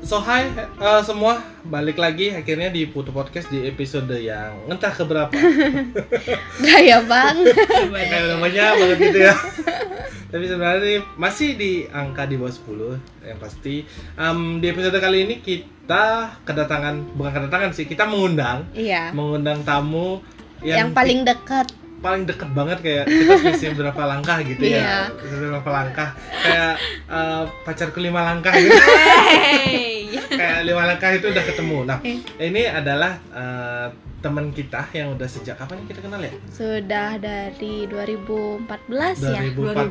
So hi semua, balik lagi akhirnya di Putu Podcast di episode yang entah keberapa. Gaya banget. Kayak namanya banget gitu ya. Tapi sebenarnya ini masih di angka di bawah 10 yang pasti. Di episode kali ini kita bukan kedatangan sih, kita mengundang tamu yang paling dekat. Paling deket banget, kayak kita selisih berapa langkah gitu ya. Berapa langkah, kayak pacarku 5 langkah gitu. Kayak 5 langkah itu udah ketemu. Nah, ini adalah teman kita yang udah sejak kapan kita kenal ya? Sudah dari 2014 ya?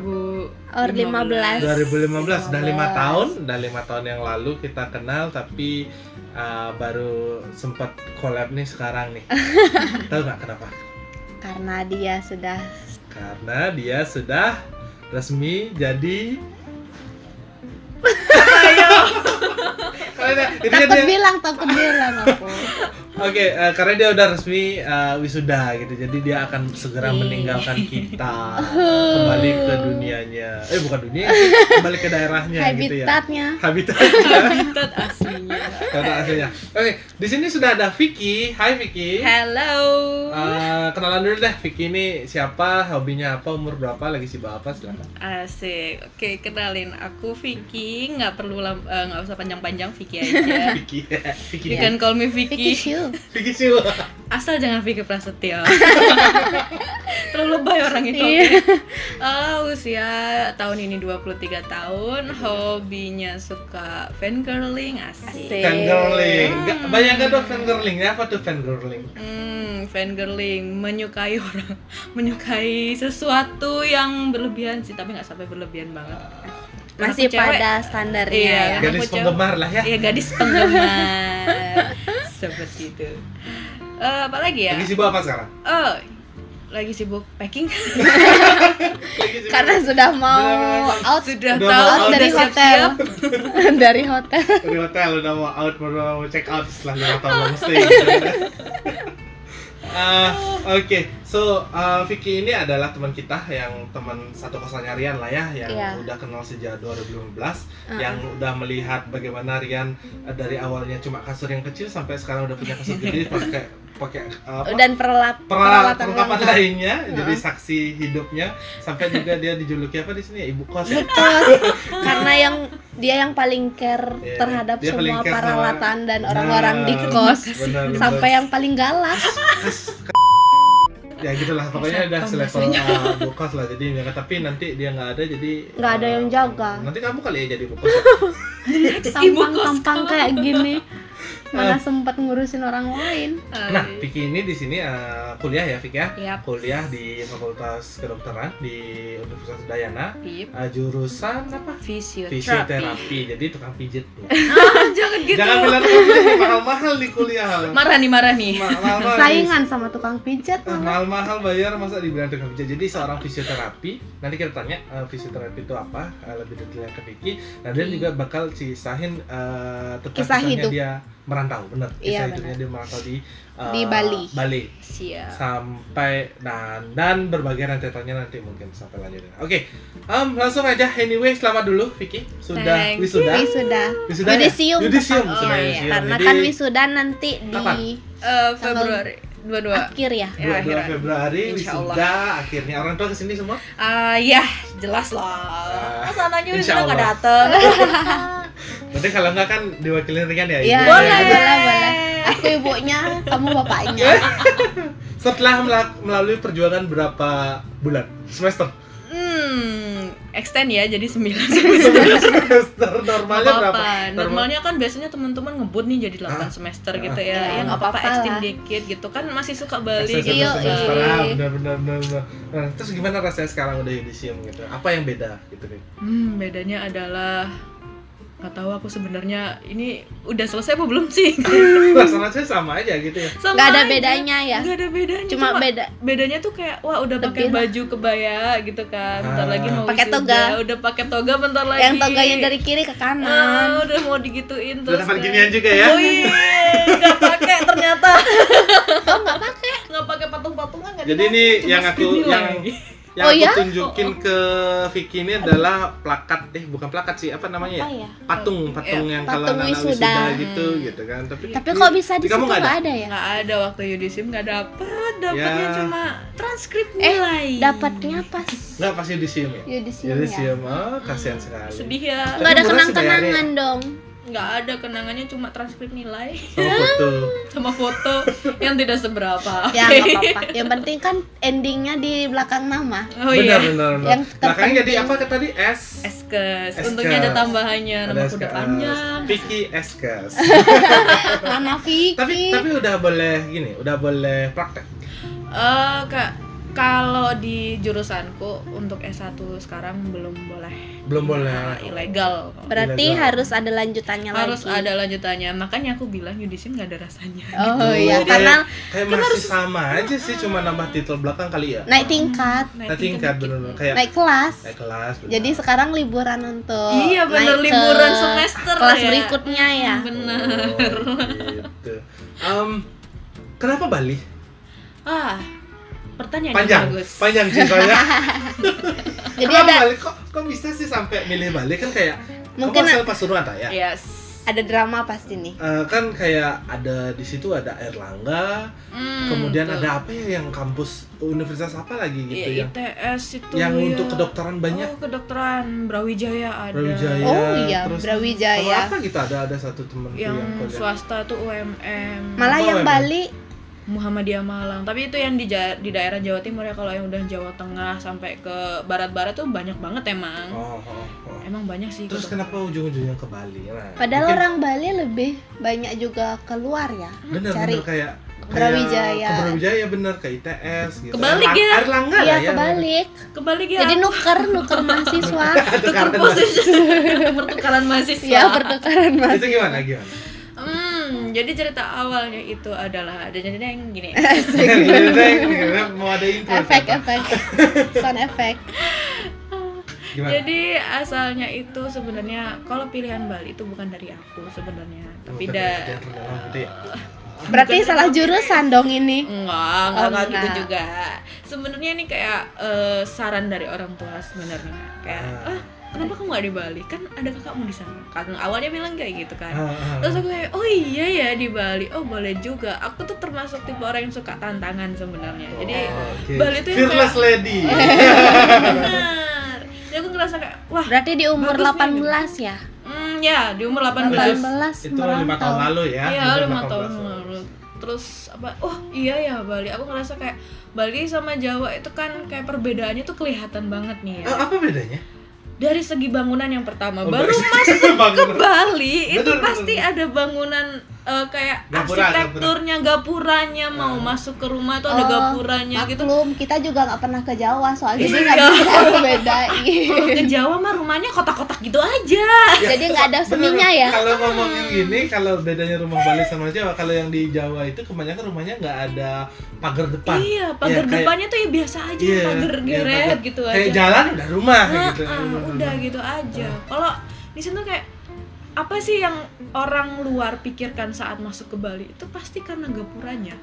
2015, udah 5 tahun. Udah 5 tahun yang lalu kita kenal, tapi baru sempat collab nih sekarang nih. Tahu nggak kenapa? Karena dia sudah resmi jadi takut bilang aku. Oke, karena dia udah resmi wisuda gitu. Jadi dia akan segera meninggalkan kita, kembali ke dunianya. Bukan dunia, kembali ke daerahnya gitu ya. Habitat aslinya. Oke, di sini sudah ada Vicky. Hai Vicky. Hello. Kenalan dulu deh, Vicky ini siapa, hobinya apa, umur berapa, lagi sibuk apa, silakan. Asik. Oke, kenalin, aku Vicky. Nggak usah panjang-panjang, Vicky aja. Vicky. You can call me Vicky. Vicky Siu. Asal jangan Vicky Prasetyo. Terlalu lebay orang itu. Usia tahun ini 23 tahun. Hobinya suka fangirling, asik. Fangirling. Banyak kan tuh fangirling. Apa tuh fangirling? Fangirling, menyukai orang, menyukai sesuatu yang berlebihan sih, tapi nggak sampai berlebihan banget. Masih pada standarnya. Gadis penggemar lah ya. Iya, gadis penggemar. Seperti itu. Apa lagi ya? Lagi sibuk apa sekarang? Lagi sibuk packing. Karena sudah mau out dari hotel. Dari hotel udah mau out, mau check out setelah 5 tahun mesti. Oke, so Vicky ini adalah teman kita, yang teman satu kosannya Rian lah ya, yang udah kenal sejak 2015, yang udah melihat bagaimana Rian dari awalnya cuma kasur yang kecil sampai sekarang udah punya kasur gede, pakai dan peralatan lainnya, jadi saksi hidupnya, sampai juga dia dijuluki apa di sini ya, ibu kos. Karena dia yang paling care terhadap semua peralatan dan orang-orang di kos, sampai yang paling galak. Ya gitulah, pokoknya udah selevel bukos lah, jadi tapi nanti dia nggak ada, jadi nggak ada yang jaga. Nanti kamu kali ya jadi bukos. Tampang kayak gini, mana sempat ngurusin orang lain. Nah, Vicky ini di sini kuliah ya, Vicky ya? Yep. Kuliah di Fakultas Kedokteran di Universitas Udayana. Yep. Jurusan apa? Fisioterapi. Jadi tukang pijet tuh. Jangan gitu. Jangan bilang tukang pijet, mahal-mahal di kuliah. Marah nih. Saingan sama tukang pijat. Mahal bayar, masa dibilang tukang pijat. Jadi seorang fisioterapi, nanti kita tanya fisioterapi itu apa, lebih detailnya ke Vicky. Nah, dia juga bakal cisahin kisah hidup dia merantau, bener. Kisah hidupnya dia merantau di Bali. Siap. Sampai dan berbagai rentetannya nanti mungkin sampai lanjutin. Oke, langsung aja. Anyway, selamat dulu Vicky, sudah wisuda. Yudisium. Karena kan wisuda nanti di Februari 22 akhir ya. 22 Februari wisuda akhirnya. Orang tua kesini semua? Ya, jelas lah. Sananya wisuda nggak dateng. Nanti kalau nggak kan diwakilin Rian ya? Iya, boleh. Aku ibunya, kamu bapaknya. Setelah melalui perjuangan berapa bulan? Semester? Extend ya, jadi 9 semester. Normalnya berapa? Normalnya kan biasanya teman-teman ngebut nih jadi 8 semester gitu ya. Ya nggak apa-apa, extend dikit gitu kan, masih suka balik gitu. Benar. Nah, terus gimana rasanya sekarang udah yudisium gitu? Apa yang beda gitu nih? Bedanya adalah nggak tahu aku sebenarnya ini udah selesai apa belum sih. Rasanya sama aja gitu ya. Nggak ada bedanya ya. Nggak ada bedanya. Cuma bedanya tuh kayak udah pakai baju kebaya gitu kan. Bentar lagi mau pakai toga. Udah pakai toga bentar lagi. Yang toganya dari kiri ke kanan. Udah mau digituin terus. Udah dapat ginian juga ya. Oh iya, nggak pakai ternyata. Nggak pakai patung-patungan. Jadi ini yang Yang aku tunjukin ke Vicky ini adalah plakat, bukan plakat sih, apa namanya ya? Patung yang kalau anak wisuda gitu kan. Tapi kok bisa di situ nggak ada ya? Nggak ada, waktu Yudisim nggak dapatnya cuma transkrip nilai. Dapatnya pas. Nggak pas Yudisim ya? Yudisim. Oh, kasihan sekali. Sedih ya. Nggak ada kenang-kenangan dong. Nggak ada kenangannya, cuma transkrip nilai sama foto yang tidak seberapa. Ya nggak apa-apa, yang penting kan endingnya di belakang nama. Benar. Yang belakangnya jadi apa tadi? Eskes. Untungnya ada tambahannya, nama udah panjang. Vicky Eskes. Mana Vicky? Tapi udah boleh praktek. Kalau di jurusanku untuk S1 sekarang belum boleh. Ilegal. Berarti harus ada lanjutannya Harus ada lanjutannya. Makanya aku bilang Yudisim nggak ada rasanya. Oh iya, karena kayak masih sama aja sih, cuma nambah titel belakang kali ya. Naik tingkat bener kayak naik kelas. Bener. Jadi sekarang liburan untuk liburan semester kelas berikutnya ya. Bener. Gitu. Kenapa Bali? Pertanyaan bagus. Panjang sih soalnya. Jadi ada Bali, kok bisa sih sampai milih Bali, kan kayak mungkin asal Pasuruan ya? Yes. Ada drama pasti nih. Kan kayak ada di situ ada Airlangga, kemudian ada apa ya yang kampus universitas apa lagi gitu yang ITS itu yang untuk kedokteran banyak. Kedokteran Brawijaya ada. Terus Brawijaya. Apa gitu ada satu temen yang swasta tuh UMM. Malah yang Bali Muhammadiyah Malang, tapi itu yang di daerah Jawa Timur ya. Kalau yang udah Jawa Tengah sampai ke barat-barat tuh banyak banget emang. Emang banyak sih. Terus kenapa ujung-ujungnya ke Bali? Padahal orang Bali lebih banyak juga keluar ya. Bener kayak Brawijaya. Brawijaya bener, ke ITS gitu. Kebalik ya? Airlangga ya. Kebalik ya. Jadi nuker mahasiswa. Tukar posisi. Pertukaran mahasiswa. Iya, pertukaran mahasiswa. Itu gimana? Jadi cerita awalnya itu adalah ada yang gini. Mau ada intro. Efek. Sound effect. Gimana? Jadi asalnya itu sebenarnya kalau pilihan Bali itu bukan dari aku sebenarnya, tapi berarti salah jurusan dong ini. Enggak gitu juga. Sebenarnya ini kayak saran dari orang tua sebenarnya. Kayak kenapa kamu gak di Bali? Kan ada kakakmu di sana. Karena awalnya bilang kayak gitu kan. Terus aku kayak, oh iya ya di Bali. Oh boleh juga. Aku tuh termasuk tipe orang yang suka tantangan sebenarnya. Jadi Bali tuh yang fearless lady. Benar. Jadi aku ngerasa kayak, wah. Berarti di umur 18 ya? Ya di umur 18. Itu 5 tahun lalu ya? Iya 5 tahun lalu. Terus oh iya ya Bali. Aku ngerasa kayak Bali sama Jawa itu kan kayak perbedaannya tuh kelihatan banget nih ya. Apa bedanya? Dari segi bangunan yang pertama, baru masuk ke Bali itu pasti ada bangunan kayak arsitekturnya, gapuranya, mau masuk ke rumah tuh ada gapuranya gitu. Maklum, kita juga nggak pernah ke Jawa soalnya nggak bisa bedain. Ke Jawa mah rumahnya kotak-kotak gitu aja. Jadi nggak ada seninya ya. Kalau ngomongin gini, kalau bedanya rumah Bali sama Jawa, kalau yang di Jawa itu kebanyakan rumahnya nggak ada pagar depan. Iya, pagar depannya tuh ya biasa aja, pagar geret gitu aja. Kayak jalan udah rumah gitu. Udah gitu aja. Kalau di sana kayak apa sih yang orang luar pikirkan saat masuk ke Bali itu pasti karena gapuranya.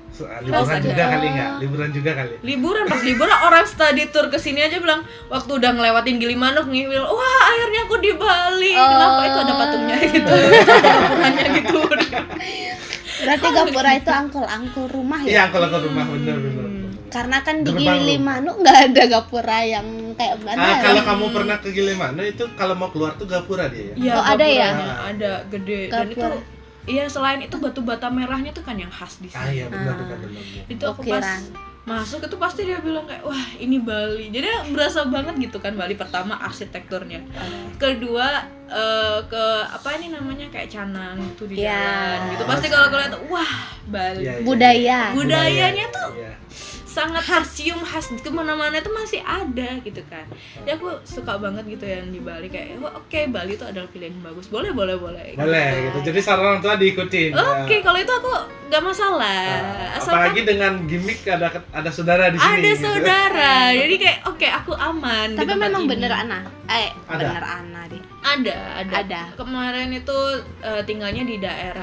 Liburan juga kali. Liburan pas liburan orang study tour kesini aja bilang waktu udah ngelewatin Gilimanuk nih bilang wah akhirnya aku di Bali. Kenapa itu ada patungnya gitu, gapuranya gitu. Berarti gapura itu angkul rumah ya? Iya angkul rumah bener. Karena kan di Gilimanuk nggak ada gapura yang kayak mana. Kalau kamu pernah ke Gilimanuk itu kalau mau keluar tuh gapura dia ya? Iya, ada ya? Ada gede. Gapura. Dan itu iya selain itu batu bata merahnya tuh kan yang khas di sini. Iya benar. Itu aku pas masuk itu pasti dia bilang kayak wah ini Bali. Jadi berasa banget gitu kan Bali. Pertama arsitekturnya. Kedua ke apa ini namanya kayak canang gitu di jalan gitu. Pasti kalau lihat wah Bali. Budayanya tuh sangat tercium khas kemana-mana itu masih ada gitu kan. Jadi aku suka banget gitu yang di Bali kayak oke, Bali itu adalah pilihan yang bagus. Boleh gitu. Jadi saran orang tua diikutin. Oke, kalau itu aku nggak masalah. Apalagi dengan gimmick ada saudara di sini. Ada saudara. Jadi kayak oke, aku aman. Tapi memang bener Ana. Ada. Kemarin itu tinggalnya di daerah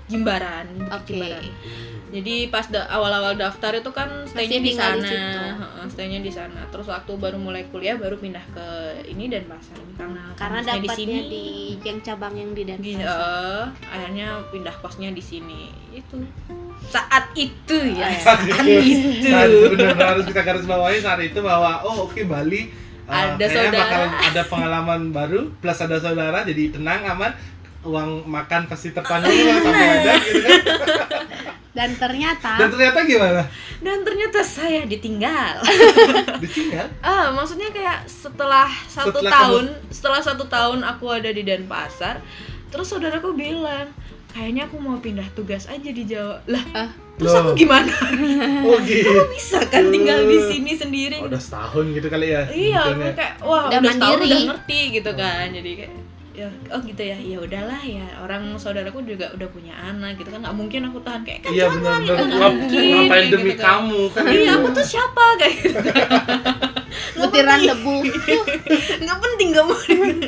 Jimbaran. Jimbaran. Jadi pas awal-awal daftar itu kan stay-nya di sana. Stay-nya di sana. Terus waktu baru mulai kuliah baru pindah ke ini Denpasar karena dapatnya di yang cabang yang di Denpasar. Akhirnya pindah kosnya di sini. Itu. Saat itu ya. Saat itu benar harus kita garis bawahi saat itu bahwa Bali ada saudara, bakalan ada pengalaman baru plus ada saudara, jadi tenang, aman, uang makan pasti tertanggung sampai ada gitu kan. Dan ternyata gimana? Dan ternyata saya ditinggal. Ditinggal? Maksudnya kayak setelah satu tahun aku ada di Denpasar, terus saudaraku bilang, kayaknya aku mau pindah tugas aja di Jawa. Terus aku gimana? Gitu. Aku bisa kan tinggal di sini sendiri. Udah setahun gitu kali ya. Iya, aku kayak udah setahun udah ngerti gitu kan. Jadi kayak gitu ya. Ya udahlah ya. Orang saudaraku juga udah punya anak gitu kan. Enggak mungkin aku tahan kayak iya, benar. Ngapain demi gitu kan. Kamu kan. Iya, aku tuh siapa kayak gitu. Butiran debu. Enggak penting enggak mau.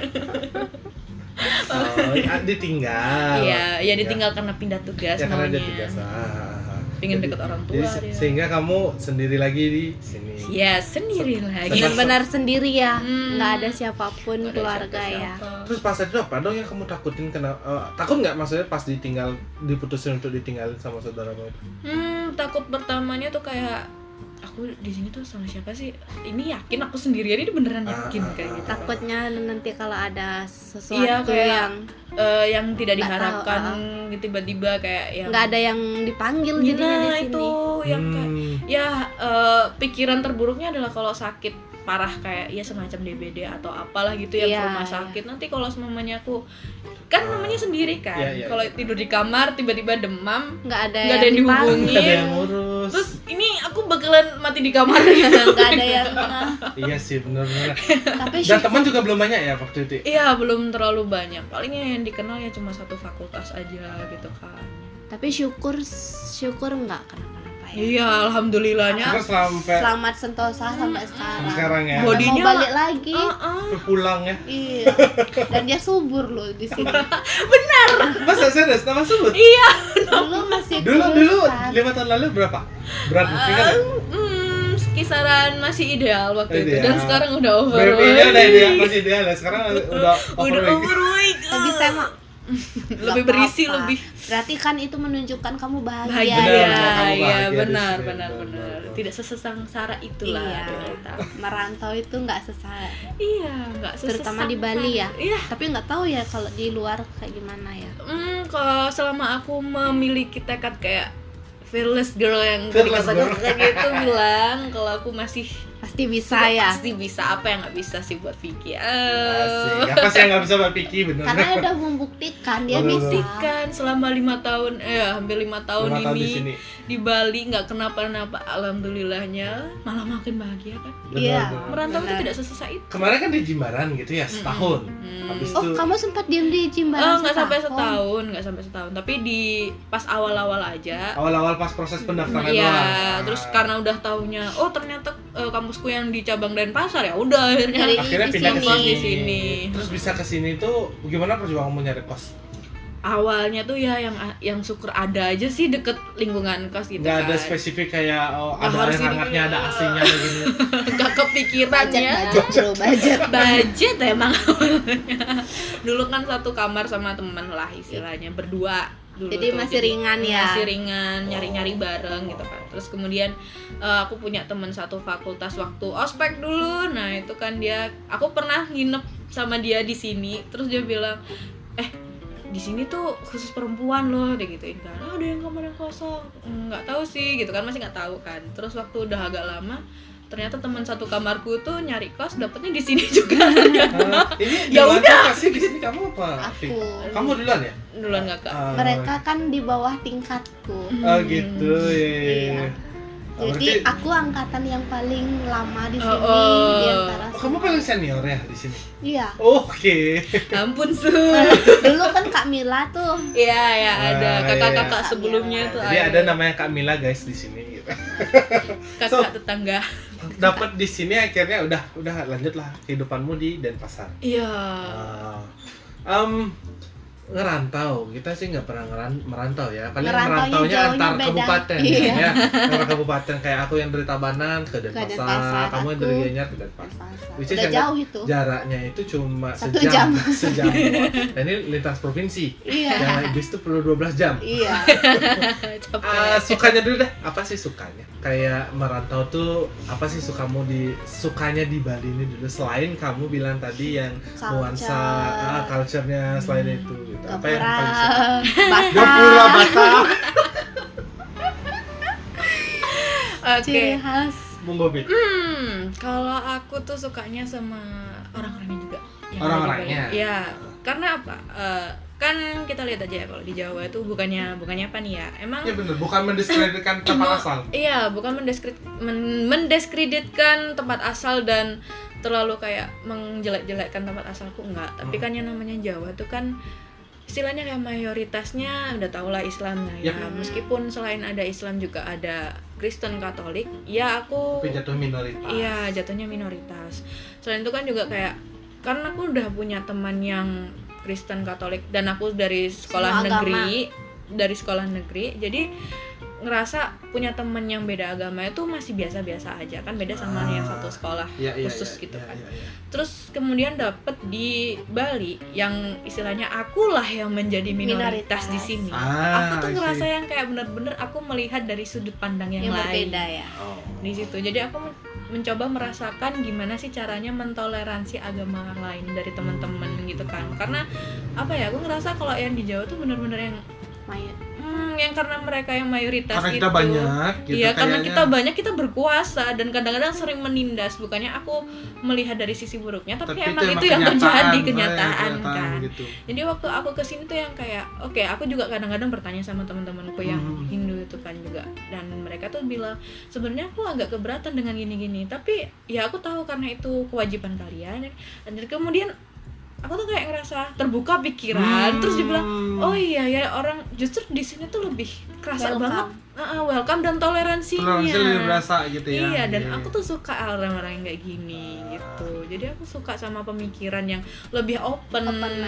Ditinggal. Iya, ditinggal karena pindah tugas maunya. Pengen deket orang tua. Jadi, sehingga kamu sendiri lagi di sini. Iya, sendiri lagi. Benar-benar sendiri ya. Nggak ada siapapun keluarga ya. Terus pas itu apa dong yang kamu takutin takut nggak maksudnya pas diputusin untuk ditinggalin sama saudaramu itu? Takut pertamanya tuh kayak aku di sini tuh sama siapa sih? Ini yakin aku sendirian, ini beneran yakin kayak gitu. Takutnya nanti kalau ada sesuatu yang tidak diharapkan tiba-tiba kayak yang nggak ada yang dipanggil jadinya di sini. Itu yang kayak pikiran terburuknya adalah kalau sakit parah kayak semacam DBD atau apalah gitu yang ke rumah sakit. Nanti kalau semuanya aku kan namanya sendiri kan. Kalau tidur di kamar tiba-tiba demam, nggak ada yang dihubungin. Nggak ada yang ngurus. Terus ini aku bakalan mati di kamar. Nggak ada yang Iya sih benar-benar. Tapi dan teman juga belum banyak ya waktu itu? Iya, belum terlalu banyak. Palingnya yang dikenal ya cuma satu fakultas aja gitu kan. Tapi syukur nggak kenapa-napa ya. Iya, alhamdulillahnya. Selamat sentosa sampai sekarang. Sekarang ya. Bodinya mau balik lagi. Pulang ya. Iya. Dan dia subur loh di sini. Benar. Masa serius nama subur? Iya. Dulu 5 tahun lalu berapa? Berat tinggal? Kisaran masih ideal waktu itu dan sekarang udah overweight. BMI-nya udah ideal, masih ideal ya. Sekarang udah overweight. Tapi saya mah lebih berisi apa-apa. lebih. Berarti kan itu menunjukkan kamu bahagia. Iya, benar. Tidak sesengsara itulah. Iya. Merantau itu nggak sengsara. Iya, nggak sesengsara. Terutama di Bali ya. Iya. Tapi nggak tahu ya kalau di luar kayak gimana ya. Kalau selama aku memiliki tekad kayak fearless girl yang tadi kata gitu bilang kalau aku masih pasti bisa ya. Pasti bisa, apa yang nggak bisa sih buat Vicky? Apa sih yang nggak bisa buat Vicky, benar? Karena udah membuktikan dia bisa. Selama 5 tahun, hampir 5 tahun ini di Bali nggak kenapa-napa, alhamdulillahnya malah makin bahagia kan? Iya. Merantau itu tidak sesusah itu. Kemarin kan di Jimbaran gitu ya, setahun. Habis itu. Kamu sempat diam di Jimbaran? Nggak sampai setahun, tapi di pas awal-awal aja. Awal-awal pas proses pendaftaran. Iya, terus karena udah taunya, ternyata kampusku yang di cabang Denpasar, ya udah akhirnya pindah ke sini. Terus bisa ke sini tuh gimana perjuanganmu nyari kos? Awalnya tuh ya yang syukur ada aja sih deket lingkungan kos gitu. Nggak ada spesifik kayak ada air hangatnya, ada AC-nya begini. Gak kepikirannya. Budget emang awalnya. Dulu kan satu kamar sama temen lah istilahnya, berdua. Dulu jadi masih ringan ya. Masih ringan, nyari-nyari bareng gitu kan. Terus kemudian aku punya teman satu fakultas waktu ospek dulu. Nah, itu kan aku pernah nginep sama dia di sini. Terus dia bilang, di sini tuh khusus perempuan loh, dia gituin kan. Ada yang kamar yang kosong. Nggak tahu sih gitu kan, masih nggak tahu kan. Terus waktu udah agak lama, ternyata teman satu kamarku tuh nyari kos dapetnya di sini juga. Ini ya udah sih di sini kamu apa? Aku. Kamu duluan ya? Duluan Kakak. Mereka kan di bawah tingkatku. Oh gitu ya. Iya. Jadi aku angkatan yang paling lama di sini di antara. Kamu paling senior ya di sini? Iya. Oke. Ampun Dulu kan Kak Mila tuh. Iya, ada kakak-kakak sebelumnya tuh. Jadi ada namanya Kak Mila guys di sini gitu. Kakak tetangga. Dapat di sini akhirnya udah lanjutlah kehidupanmu di Denpasar. Iya. ngerantau, kita sih nggak pernah merantau ya, paling merantaunya antar beda. kabupaten Iya. ya, antar kabupaten kayak aku yang dari Tabanan ke Denpasar, kamu yang dari Gianyar ke Denpasar. Udah jauh itu. Jaraknya itu cuma 1 jam. sejam. Dan ini lintas provinsi. Iya. Yang naik bis itu perlu 12 jam. Iya. Sukanya dulu deh, apa sih sukanya? Kayak merantau tuh apa sih sukanya di Bali ini dulu, selain kamu bilang tadi yang nuansa culture-nya, selain itu gitu. Apa yang paling suka? Gapura, Batam. Ciri khas. Munggobit. Kalau aku tuh sukanya sama orang-orangnya juga. Orang-orangnya. Ya, karena apa? Kan kita lihat aja ya, kalau di Jawa itu bukannya apa nih ya, emang ya bener, bukan mendiskreditkan tempat asal. Iya, bukan mendiskreditkan tempat asal dan terlalu kayak menjelek-jelekkan tempat asalku, enggak. Tapi kan yang namanya Jawa itu kan istilahnya kayak mayoritasnya udah tau lah Islam lah ya. Meskipun selain ada Islam juga ada Kristen, Katolik, ya aku tapi jatuh minoritas. Iya, jatuhnya minoritas. Selain itu kan juga kayak karena aku udah punya teman yang Kristen, Katolik, dan aku dari sekolah negeri, jadi ngerasa punya temen yang beda agama itu masih biasa-biasa aja, kan beda sama yang satu sekolah khusus gitu kan. Terus kemudian dapet di Bali yang istilahnya akulah yang menjadi minoritas di sini. Aku tuh ngerasa yang kayak bener-bener aku melihat dari sudut pandang yang lain. Berbeda ya. Di situ. Jadi aku mencoba merasakan gimana sih caranya mentoleransi agama orang lain dari teman-teman gitu kan. Karena apa ya, aku ngerasa kalau yang di Jawa tuh bener-bener yang yang karena mereka yang mayoritas karena gitu. Kita banyak gitu. Iya, karena kita banyak, kita berkuasa dan kadang-kadang sering menindas. Bukannya aku melihat dari sisi buruknya, tapi emang itu yang terjadi kenyataan kan. Gitu. Jadi waktu aku kesini tuh yang kayak oke, aku juga kadang-kadang bertanya sama teman-temanku yang Hindu itu kan juga, dan mereka tuh bilang sebenarnya aku agak keberatan dengan gini-gini, tapi ya aku tahu karena itu kewajiban kalian. Dan kemudian aku tuh kayak ngerasa terbuka pikiran, terus dibilang oh iya ya, orang justru di sini tuh lebih kerasa banget welcome dan toleransinya. Toleransi lebih berasa gitu ya. Iya, dan aku tuh suka orang-orang yang kayak gini gitu. Jadi aku suka sama pemikiran yang lebih open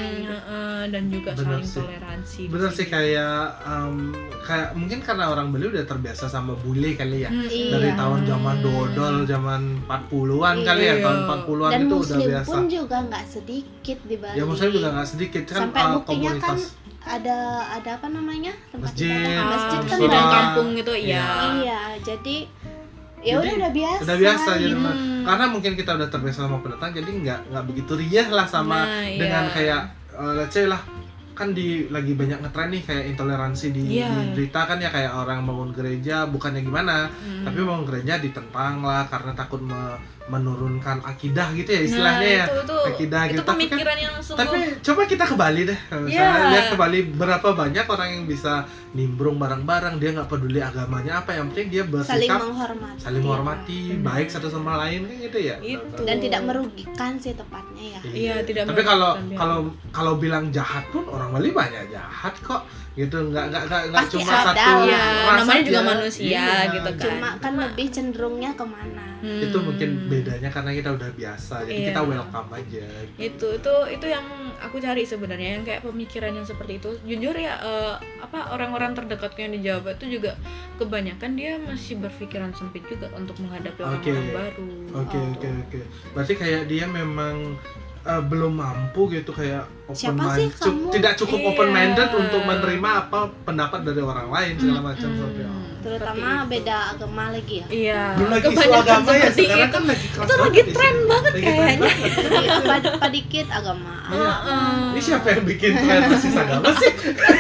dan juga bener saling sih. toleransi. Bener sih, kayak mungkin karena orang Bali udah terbiasa sama bule kali ya. Dari tahun zaman dodol, zaman 40-an kali ya, tahun 40-an dan itu udah Muslim biasa. pun juga nggak sedikit di Bali. Ya Muslim juga nggak sedikit kan, sampai buktinya komunitas. kan ada apa namanya, tempat Masjid, masjid kan dan banyak. kampung itu iya. Iya, jadi ya udah biasa. Udah biasa jadi karena mungkin kita udah terbiasa sama pendatang, jadi nggak begitu riah lah sama dengan kayak let's say lah, kan lagi banyak ngetren nih kayak intoleransi di berita kan ya, kayak orang bangun gereja bukannya gimana, tapi bangun gereja ditentang lah karena takut menurunkan akidah gitu ya istilahnya ya. Akidah itu gitu. Pemikiran yang sungguh. Tapi coba kita ke Bali deh. Misalnya lihat ke Bali, berapa banyak orang yang bisa nimbrung bareng-bareng, dia nggak peduli agamanya apa, yang penting dia bersikap saling menghormati, baik satu sama lain kan gitu ya. Itu. Dan tidak merugikan sih tepatnya ya. Iya, tidak. Tapi kalau bilang jahat pun orang Bali banyak jahat kok. Gitu, nggak pasti cuma ada, satu ya, namanya juga aja. manusia gitu kan. Cuma kan lebih cenderungnya kemana? Itu mungkin bedanya karena kita udah biasa, jadi kita welcome aja. Itu yang aku cari sebenarnya, yang kayak pemikiran yang seperti itu. Jujur ya, orang-orang terdekatku yang di Jawa itu juga kebanyakan dia masih berpikiran sempit juga untuk menghadapi orang-orang baru. Oke. Berarti kayak dia memang belum mampu gitu, kayak open mind, tidak cukup open minded untuk menerima apa pendapat dari orang lain segala macam sampai terutama beda agama lagi ya. Iya. Belum lagi isu agama ya, sekarang kan lagi keras. Itu lagi tren banget kayaknya. Apa dikit agama. Ini siapa yang bikin tren rasis agama sih?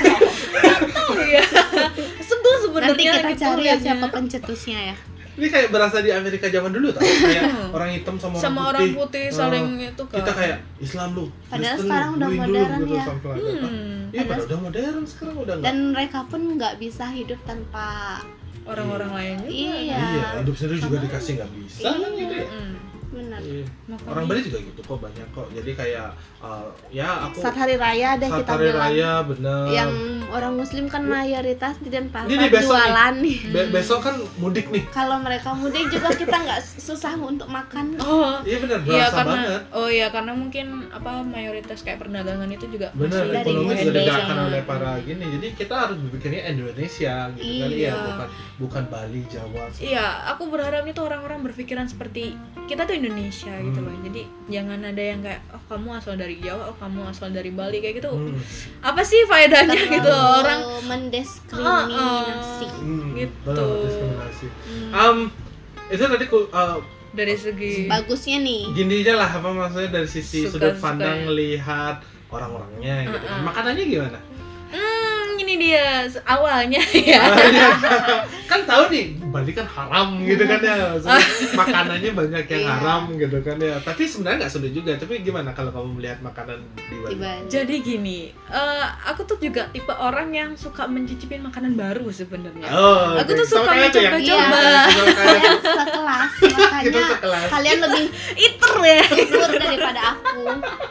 Tahu ya. Sebel sebenarnya. Nanti kita cari ya siapa pencetusnya ya. Ini kayak berasa di Amerika zaman dulu tau, kayak orang hitam sama orang putih saling itu kan. Kita kayak Islam lu, padahal Kristen sekarang lu, udah modern ya. Iya, padahal udah modern sekarang udah enggak. Dan mereka pun nggak bisa hidup tanpa orang-orang lain juga. Iya. Hidup sendiri juga dikasih nggak bisa kan gitu ya. benar. Orang Bali juga gitu kok, banyak kok. Jadi kayak ya aku saat hari raya deh kita hari bilang. Raya bener. Yang orang muslim kan mayoritas di Denpasar Ini besok jualan nih. Besok kan mudik nih. Kalau mereka mudik juga kita nggak susah untuk makan. Oh iya benar, iya, berasa banget. Oh iya, karena mungkin mayoritas kayak perdagangan itu juga benar, masih ekonomi juga handle digerakkan sama- oleh para gini. Jadi kita harus berpikirnya Indonesia gitu kan, Iya. bukan Bali, Jawa. Iya, aku berharapnya tuh orang-orang berpikiran seperti kita tuh Indonesia gitu loh. Jadi jangan ada yang kayak kamu asal dari Jawa, kamu asal dari Bali kayak gitu. Apa sih faedahnya gitu orang mendiskriminasi. Gitu. Benar, diskriminasi. Itu tadi Dari segi Bagusnya nih. gini aja lah, apa maksudnya dari sisi Suka-suka sudut pandang ya. lihat orang-orangnya gitu. Makanannya gimana? ini dia awalnya ya. Kan tahu nih Bali kan haram gitu kan ya. Maksudnya makanannya banyak yang haram gitu kan ya. Tapi sebenarnya nggak sulit juga. Tapi gimana kalau kamu melihat makanan di Bali? Jadi gini, aku tuh juga tipe orang yang suka mencicipin makanan baru sebenarnya. Oh, Aku tuh sama suka kayak tuh ya? mencoba-coba. Kalian sekelas, Kita makanya sekelas. kalian lebih Iter ya. subur daripada aku.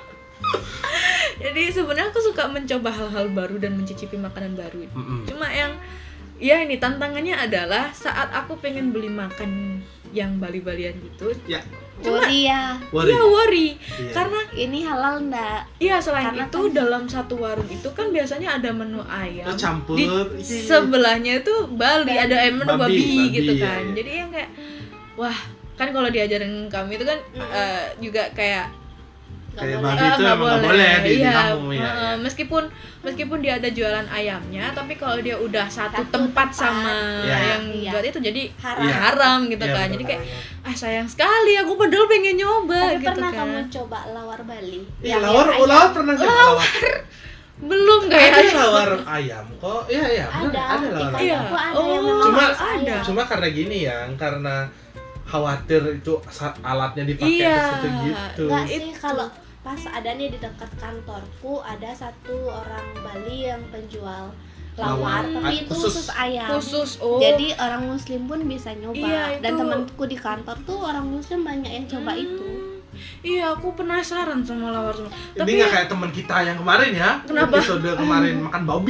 Jadi sebenarnya aku suka mencoba hal-hal baru dan mencicipi makanan baru. Mm-mm. Cuma yang ya ini tantangannya adalah saat aku pengen beli makan yang Bali-Balian gitu. Ya. Worry ya. Iya worry. Iya. Karena Ini halal ndak? iya selain Karena itu dalam satu warung itu kan biasanya ada menu ayam. Terus campur Di sebelahnya itu Bali, ada menu babi gitu babi, kan. iya. Jadi yang kayak wah, kan kalau diajarin kami itu kan juga kayak kayak boleh. babi itu emang nggak boleh di iya. kamu ya. Meskipun dia ada jualan ayamnya, tapi kalau dia udah satu Satu tempat tempat. sama Iya. yang Iya. buat itu jadi Haram. haram gitu Iya, kan. benar, Jadi kayak benar. sayang sekali aku padahal pengen nyoba Tapi gitu pernah kan. kamu coba lawar Bali? Iya, Yang lawar ayam. lawar pernah nggak lawar? Belum Ada kayak lawar ayam kok. Iya, benar, Ada lawar di ayam. Iya. Kota ada Oh, yang memang Cuma- harus ayam. Cuma karena gini ya, karena khawatir itu alatnya dipakai Iya. ke situ gitu. Enggak sih, Itu. kalau pas ada nih di dekat kantorku ada satu orang Bali yang penjual lawar, Lawar. tapi itu Khusus. khusus ayam. khusus Jadi orang muslim pun bisa nyoba. Iya, Dan itu. temanku di kantor tuh orang muslim banyak yang coba itu. Iya, aku penasaran sama lawar semua. Ini nggak kayak teman kita yang kemarin ya. Kenapa? Episode kemarin makan babi.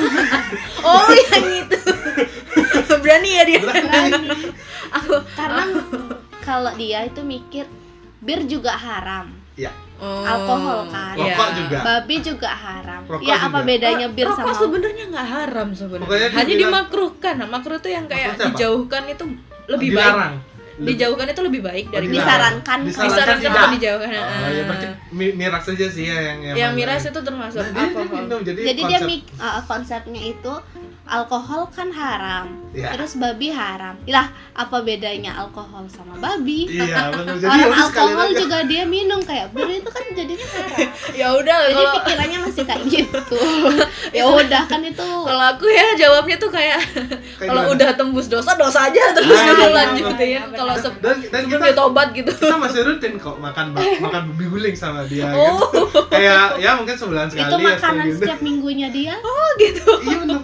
Oh, yang itu. Berani ya dia. Aku Karena kalau dia itu mikir bir juga haram, Iya. alkohol kan, Rokok juga. babi juga haram. Rokok Ya apa juga. bedanya bir rokok sama sebenarnya nggak haram sebenarnya. Pokoknya dia Hanya bilang- dimakruhkan. Nah, makruh itu yang kayak Maksudnya apa? dijauhkan itu lebih baik. Dilarang. Dijauhkan itu lebih baik dari disarankan. disarankan tidak. untuk dijauhkan. Oh, ya berarti miras aja sih ya yang Yang miras itu termasuk Nah, dia alkohol. minum, jadi dia konsep- konsepnya itu alkohol kan haram, Ya. terus babi haram. Lah, apa bedanya alkohol sama babi? Iya, benar. Jadi Orang udah sekalian alkohol aja. juga dia minum kayak bir itu kan jadinya haram. Ya udah Jadi kalau pikirannya masih kayak gitu. Ya udah kan itu. kalau aku ya jawabnya tuh kayak kalau gimana? udah tembus dosa aja terus Ah, dulu iya, lanjutin. benar. Kalau dan sebelum kita dia tobat gitu. kita masih rutin kok makan babi guling sama dia Oh. gitu. Kayak ya mungkin sebulan sekali Itu atau makanan gitu. setiap minggunya dia. Oh gitu. Iya benar.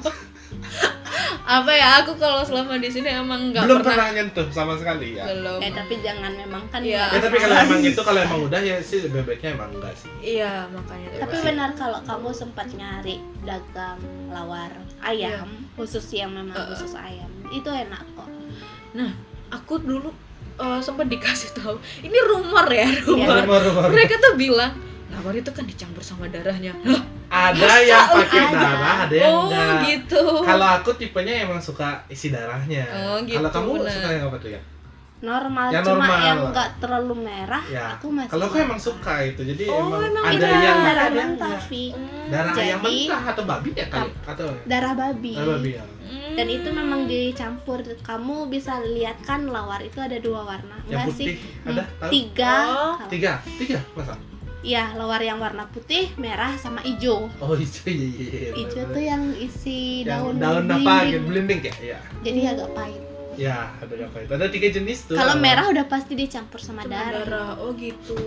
Apa ya, aku kalau selama di sini emang nggak Belum pernah. pernah nyentuh sama sekali ya. Belum. Tapi jangan memang kan. Iya. Ya tapi kalau emang itu kalau emang udah ya sih lebih baiknya emang enggak sih. Iya makanya. Tapi benar kalau kamu sempat nyari dagang lawar ayam, khusus yang memang khusus ayam, itu enak kok. Nah, aku dulu sempat dikasih tahu. Ini rumor ya, rumor. Rumor-rumor. Mereka tuh bilang lawar itu kan dicampur sama darahnya. Hah? Ada yang pakai ada? darah, ada yang Oh enggak. gitu. Kalau aku tipenya emang suka isi darahnya. Oh, gitu, Kalau kamu benar. suka yang apa tuh ya? Normal, Yang cuma normal yang lah. enggak terlalu merah, Ya. aku masih. Kalau aku emang suka itu. Jadi Oh, emang ada itu yang darah ada yang mentah, enggak. Vi. Darah ayam Jadi- mentah atau babi ya kali? Atau Darah babi. darah babi ya. Dan itu memang dicampur. Kamu bisa lihat kan lawar itu ada 2 warna. Yang Enggak putih sih? ada? Tahu? 3. Oh. Tiga masa? Iya, lawar yang warna putih, merah sama hijau. Oh hijau iya. Hijau tuh yang isi yang daun apa gitu, belimbing. belimbing ya? Iya. Jadi agak pahit. Ya, ada apa itu? Ada 3 jenis tuh. Kalau merah udah pasti dicampur sama Sama darah. darah. Oh gitu.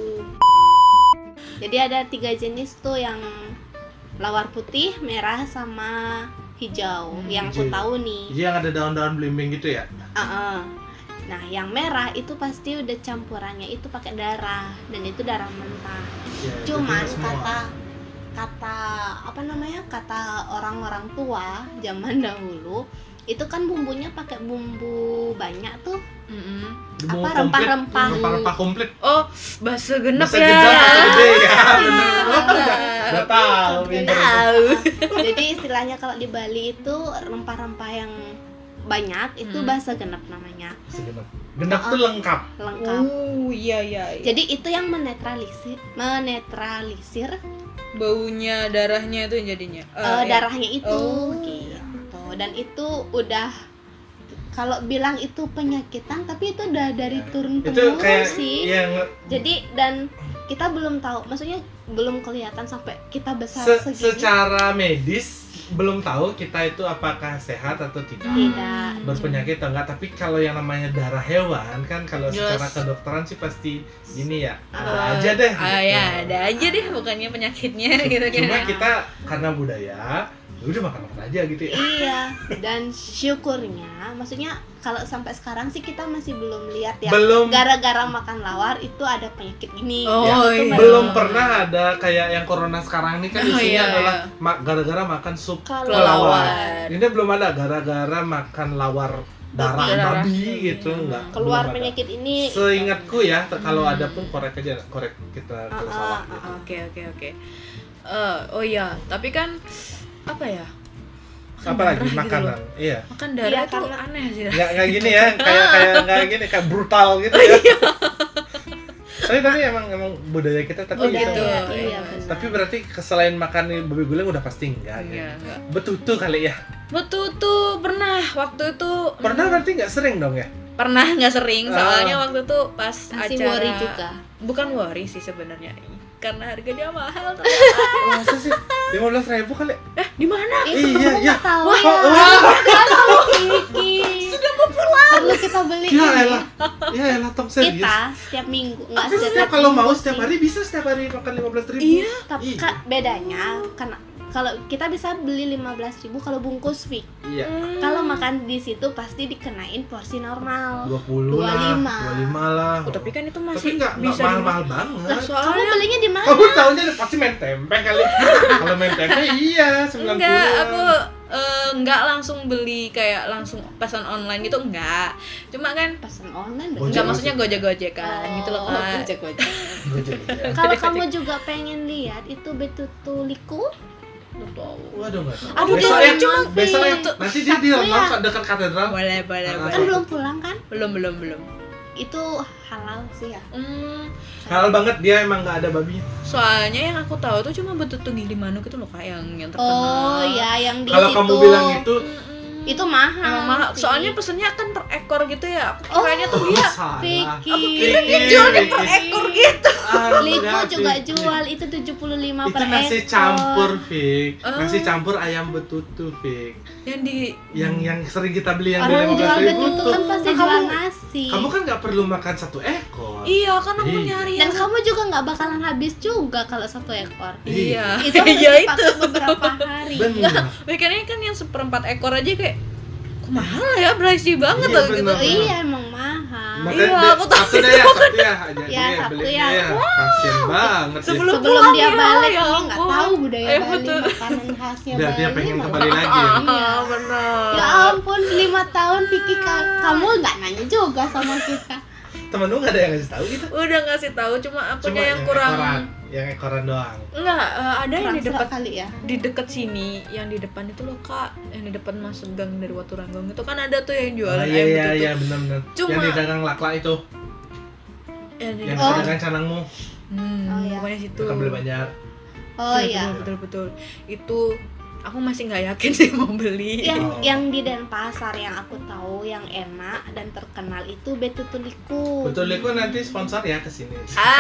Jadi ada 3 jenis tuh, yang lawar putih, merah sama hijau. Yang aku hijau. tahu nih. Iya, yang ada daun-daun belimbing gitu ya? Nah, Nah, yang merah itu pasti udah campurannya itu pakai darah dan itu darah mentah. Ya, Cuman jadi semua. kata orang-orang tua zaman dahulu itu kan bumbunya pakai bumbu banyak tuh. Bumbu Apa, rempah-rempah. Rempah komplit. Oh, bahasa genep Bahasa ya. genep, bahasa gede ya. Bener. Udah tahu. pinter. Tahu. Jadi istilahnya kalau di Bali itu rempah-rempah yang banyak itu bahasa genep namanya. Bahasa genep. Genep tuh lengkap. Oh, iya. Jadi itu yang menetralisir Baunya, darahnya itu jadinya. darahnya itu Oh. gitu. Dan itu udah kalau bilang itu penyakitan tapi itu udah dari turun Itu temurun kayak sih. Jadi dan kita belum tahu, maksudnya belum kelihatan sampai kita besar segini. Secara medis belum tahu kita itu apakah sehat atau tidak. Tidak. Berpenyakit atau enggak, tapi kalau yang namanya darah hewan kan kalau Jelas. secara kedokteran sih pasti ini ya ada aja deh gitu. Ya ada aja deh, bukannya penyakitnya gitu kan. Cuma kita karena budaya ya udah makan aja gitu ya. Iya, dan syukurnya maksudnya kalau sampai sekarang sih kita masih belum lihat ya. Belum. Gara-gara makan lawar itu ada penyakit ini. Oh, Itu iya. masih- Belum pernah ada kayak yang corona sekarang ini kan Oh, isinya iya, adalah iya. gara-gara makan sup Kelelawar. kelelawar. Ini belum ada gara-gara makan lawar darah Darah. babi gitu enggak. Keluar belum ada. penyakit ini. Seingatku ya, kalau ada pun korek aja, korek kita kalau salah gitu. Oke. Oh iya, tapi kan apa ya? Makan Apa lagi darah gitu makanan? loh. Iya. Makan darah Iya, itu karena- aneh sih. Nggak gini ya, kayak brutal gitu ya. Tapi emang budaya kita tapi Oh, gitu. gitu. Iya, benar. Tapi berarti selain makan babi guling udah pasti enggak ya. Enggak. Betutu kali ya. Betul tuh pernah waktu itu. Pernah berarti nggak sering dong ya? Pernah nggak sering, soalnya waktu itu pas Masih acara. worry juga. Bukan worry sih sebenarnya, karena harganya mahal. Masa sih? 15.000 kali? Di mana? Iya, ya. Tahu Wah, ya. wah. Kiki. Sudah mau pulang. Perlu kita beli Ya ini. elah. Ya elah, Tom serius. Kita setiap minggu, enggak Aku setiap kalau minggu mau sih. setiap hari bisa setiap hari makan 15.000. Iya. Tapi Iya. bedanya karena kalau kita bisa beli 15.000 kalau bungkus Fik. Iya. Kalau makan di situ pasti dikenain porsi normal. 20 lah. 25 lah. Oh, tapi kan itu Tapi masih nggak bisa mahal-mahal dimakan. banget. Lah, Kamu soalnya belinya di mana? Kamu tahunya pasti main tempe kali. Kalau main tempe iya 90. enggak, aku enggak langsung beli kayak langsung pesan online gitu, enggak. Cuma kan Pesan online Gojek. enggak, maksudnya gojek-gojekan gitu loh, Kak. Gojek. Gojek, ya. Kalau kamu juga pengen lihat itu betutuliku, Waduh enggak tahu. Aduh, besok dia ya, cuma besok ya. Fik. Nanti dia di Sabtu ya. Remang dekat katedral. Boleh. kan belum pulang kan? Belum. Itu halal sih ya. Halal banget, dia emang nggak ada babinya. Soalnya yang aku tahu tuh cuma betutu Gili Manuk itu loh, Kak, yang terkenal. Oh ya, yang di Kalau situ. kamu bilang itu itu mahal. Emang mahal. sih. Soalnya pesennya kan per ekor gitu ya. Aku kiranya tuh dia salah. Vicky. aku kira dia jualnya per ekor gitu. Liku Enggak, juga Vicky. jual itu 75 Itu per nasi ekor. campur, Fik. Oh. Nasi campur ayam betutu, Fik. Yang di Yang sering kita beli yang Orang di jual 15.000 betutu tuh. kan pasti Nah, jual nasi. kamu kan nggak perlu makan satu ekor. Iya, kan aku Iya. nyari Dan yang kamu juga nggak bakalan habis juga kalau satu ekor. Iya. Itu harus Iya, dipakai beberapa hari. Benar. Bikinnya kan yang seperempat ekor aja kayak kok mahal ya, pricey banget Iya, loh gitu. bener. Iya emang mahal. Makanya Iya, aku tahu. Sabtu deh ya, Sabtu ya. Jadi Ya, Sabtu belinya ya. Kasian banget sih. Sebelum Sebelum pulang dia ya, balik ya ini nggak ampun. tahu budaya Iya, Bali, betul. makanan khasnya Biar Bali. dia pengen emang kembali lagi ya. Iya. benar. Ya ampun, 5 tahun Vicky, kamu nggak nanya juga sama kita. Temen lu nggak ada yang ngasih tahu gitu? Udah ngasih tahu, cuma akunya Cuma yang kurang. ekoran doang. Enggak, ada yang Kurang di dekat serak kali ya. di dekat sini, yang di depan itu loh, Kak, yang di depan masuk gang dari Waturanggong itu kan ada tuh yang jualan Iya ayam iya betutu. iya benar-benar. Cuma- Yang di dagang lak-lak itu, Yang di yang Oh. di dagang canangmu, Oh, iya. pokoknya situ. akan beli banyak. Oh iya. Betul. Itu aku masih nggak yakin sih mau beli. Yang di Denpasar yang aku tahu yang enak dan terkenal itu betutuliku. Betul Liku nanti sponsor ya ke sini.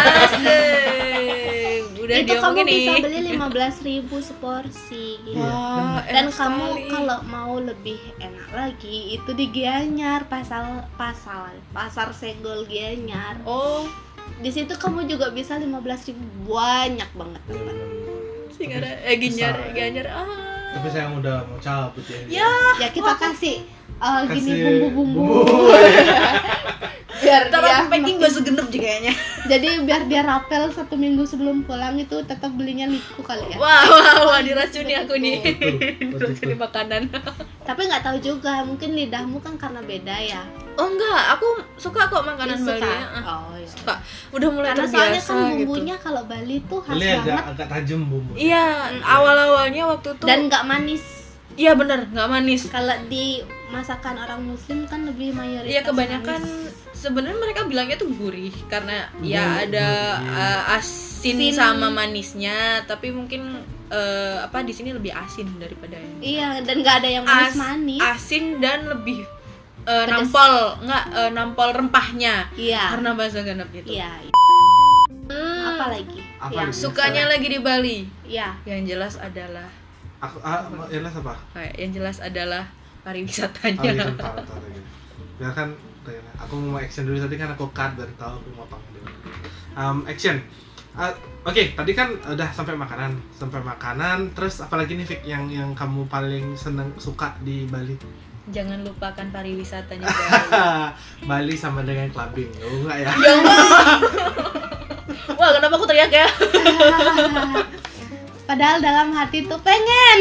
Asik. Udah Itu kamu diomongin bisa nih. beli 15.000 seporsi gitu. Iya. Wah, Dan enak kamu sekali. kalau mau lebih enak lagi itu di Gianyar, pasar Segol Gianyar. Oh, Di situ kamu juga bisa 15.000, banyak banget. Singgara Besar. Gianyar. Tapi saya udah mau cabut ya. Ya. Ya kita kasih gini Kasih bumbu-bumbu. bumbu. biar Taruh dia packing gak segenep juga kayaknya. jadi biar dia rapel 1 minggu sebelum pulang itu tetap belinya liku kali ya. Wah, diracuni aku nih. Betul. Diracuni makanan. Tapi nggak tahu juga, mungkin lidahmu kan karena beda ya. Oh enggak, aku suka kok makanan Suka? Bali. Oh iya. Suka. Udah mulai Karena terbiasa soalnya kan gitu. bumbunya kalau Bali tuh khas Beli banget agak tajam bumbu. Iya, awal-awalnya waktu itu. dan nggak manis. Iya bener, nggak manis. Kalau di masakan orang muslim kan lebih mayoritas Iya kebanyakan manis. sebenarnya mereka bilangnya tuh gurih karena ya Gurih, ada iya. asin Asin. sama manisnya, tapi mungkin apa di sini lebih asin daripada yang Iya, dan nggak ada yang manis-manis. asin dan lebih Pedas. nampol rempahnya Iya. karena bahasa ganap gitu. Iya. Apa lagi? Apa Yang lagi? Sukanya lagi di Bali. Iya. Yang jelas adalah Elas apa? yang jelas adalah Oh pariwisatanya. iya, tahu lagi. Biar kan aku mau action dulu tadi kan aku cut dan tahu aku mau potong dulu. Action. Oke, tadi kan udah sampai makanan, terus apalagi nih Fik yang kamu paling suka di Bali? Jangan lupakan pariwisatanya Bali. Bali sama dengan clubbing, oh enggak ya? Ya Allah. Wah, kenapa aku teriak ya? Padahal dalam hati tuh pengen.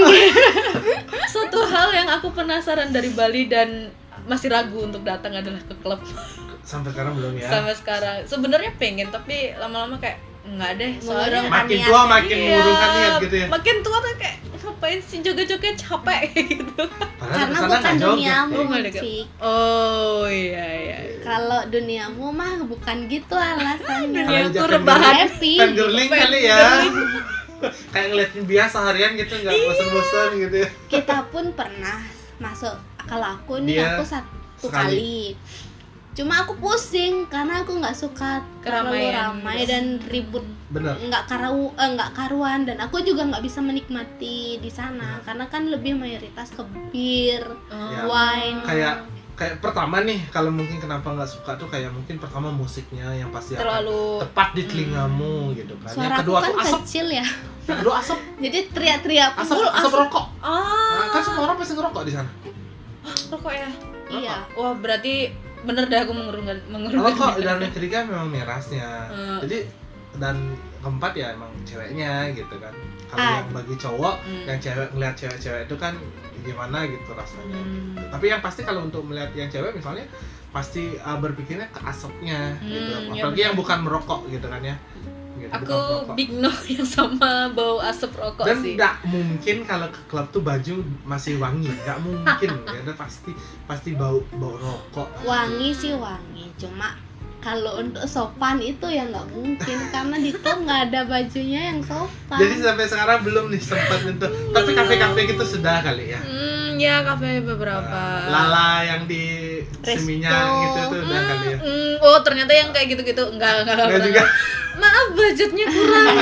Satu hal yang aku penasaran dari Bali dan masih ragu untuk datang adalah ke klub. Sampai sekarang belum ya? Sampai sekarang. Sebenarnya pengen, tapi lama-lama kayak enggak deh. Soalnya Makin tua makin mengurungkan niat gitu ya? Makin tua tuh kayak ngapain sih joget-joget capek gitu. Padahal Karena kesana bukan nggak joget. duniamu, Oh, nggak ada. Fik. Oh iya. Kalau duniamu mah bukan gitu alasannya. Dunia Kalau aku aja rebahan. Happy. Fangirling kali ya. Fangirling. Kayak ngeliatin biasa harian gitu, nggak bosan-bosan gitu ya. Kita pun pernah masuk. Kalau aku nih Dia aku satu sekali. kali. Cuma aku pusing karena aku nggak suka terlalu Keramaian. ramai dan ribut, Bener. nggak karuan, dan aku juga nggak bisa menikmati di sana karena kan lebih mayoritas ke bir, Ya. wine. Kayak pertama nih, kalau mungkin kenapa nggak suka tuh kayak mungkin pertama musiknya yang pasti akan Terlalu tepat di telingamu gitu kan. Yang Suara aku kedua kan tuh asap, kecil ya, yang kedua asap, jadi teriak-teriak asap, full asap rokok. ah, Kan semua orang pasti ngerokok di sana. rokok ya. Iya. Wah, berarti bener dah aku mengurungkan. Rokok dan yang ketiga memang mirasnya. Hmm. Jadi dan keempat ya emang ceweknya gitu kan. Kalau Ah. yang bagi cowok, Hmm. yang cewek ngeliat cewek-cewek itu kan gimana gitu rasanya. Hmm. Gitu. Tapi yang pasti kalau untuk melihat yang cewek misalnya pasti berpikirnya ke asapnya gitu. Ya Apalagi yang bukan merokok gitu kan ya. Gitu, bukan Aku merokok. big no yang sama bau asap rokok Dan sih. nggak mungkin kalau ke klub tuh baju masih wangi, nggak mungkin. Ya udah pasti bau rokok. Wangi sih wangi, cuma kalau untuk sopan itu ya nggak mungkin karena di tuh nggak ada bajunya yang sopan. Jadi sampai sekarang belum nih sempat nyentuh. Tapi kafe-kafe gitu sudah kali ya. Ya kafe beberapa. Lala yang di Resto. Seminyak gitu tuh udah kali ya. Oh ternyata yang kayak gitu-gitu enggak Enggak pernah. juga. Maaf budgetnya kurang.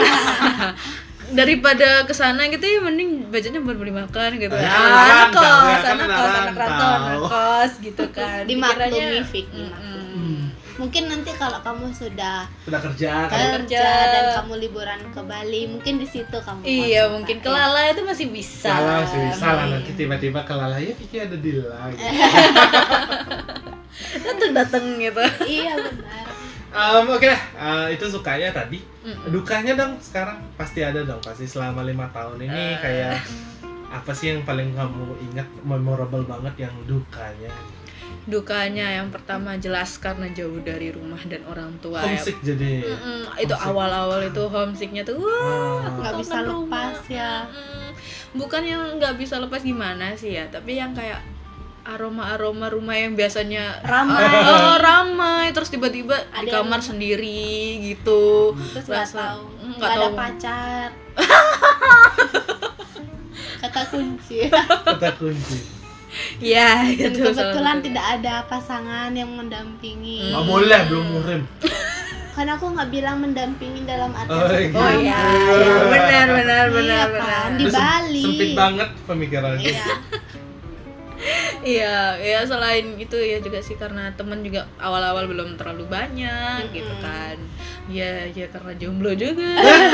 Daripada kesana gitu ya mending budgetnya buat beli makan gitu. Ya, Anak rantau, kos, ya, kan anak anak kos, anak rantau, rantau. anak kos gitu kan. Dimaklumi, Pikirannya, Fik, dimaklumi. mm-mm. Mungkin nanti kalau kamu sudah Sudah kerja kan. kerja dan kamu liburan ke Bali, mungkin di situ kamu. Iya mau mungkin coba. ke Lala itu masih bisa. Salah sih, salah nanti tiba-tiba ke Lala ya Vicky ada deal lagi. Dateng gitu. Iya benar. Oke lah, itu sukanya tadi. Mm-mm. Dukanya dong sekarang pasti ada dong, pasti selama 5 tahun ini kayak apa sih yang paling kamu ingat memorable banget yang dukanya? Dukanya yang pertama jelas karena jauh dari rumah dan orang tua ya. Homesick jadi. Itu Homesick. awal-awal itu homesicknya tuh wah Nggak kangen bisa lepas rumah. ya. Bukan yang nggak bisa lepas gimana sih ya, tapi yang kayak aroma rumah yang biasanya Ramai. ramai terus tiba-tiba Ada di yang- kamar sendiri gitu. Terus nggak Rasa- tahu, nggak nggak ada tahu. pacar. Kata kunci. Kata kunci. Ya Dan itu salah kebetulan satunya. tidak ada pasangan yang mendampingi. Nggak boleh, belum muhrim. Karena aku nggak bilang mendampingi dalam arti Oh, iya. Oh iya, ya, benar. Iya kan, di Itu Bali. Sempit banget pemikirannya. Iya. Iya, selain itu ya juga sih karena temen juga awal-awal belum terlalu banyak gitu kan. Ya karena jomblo juga.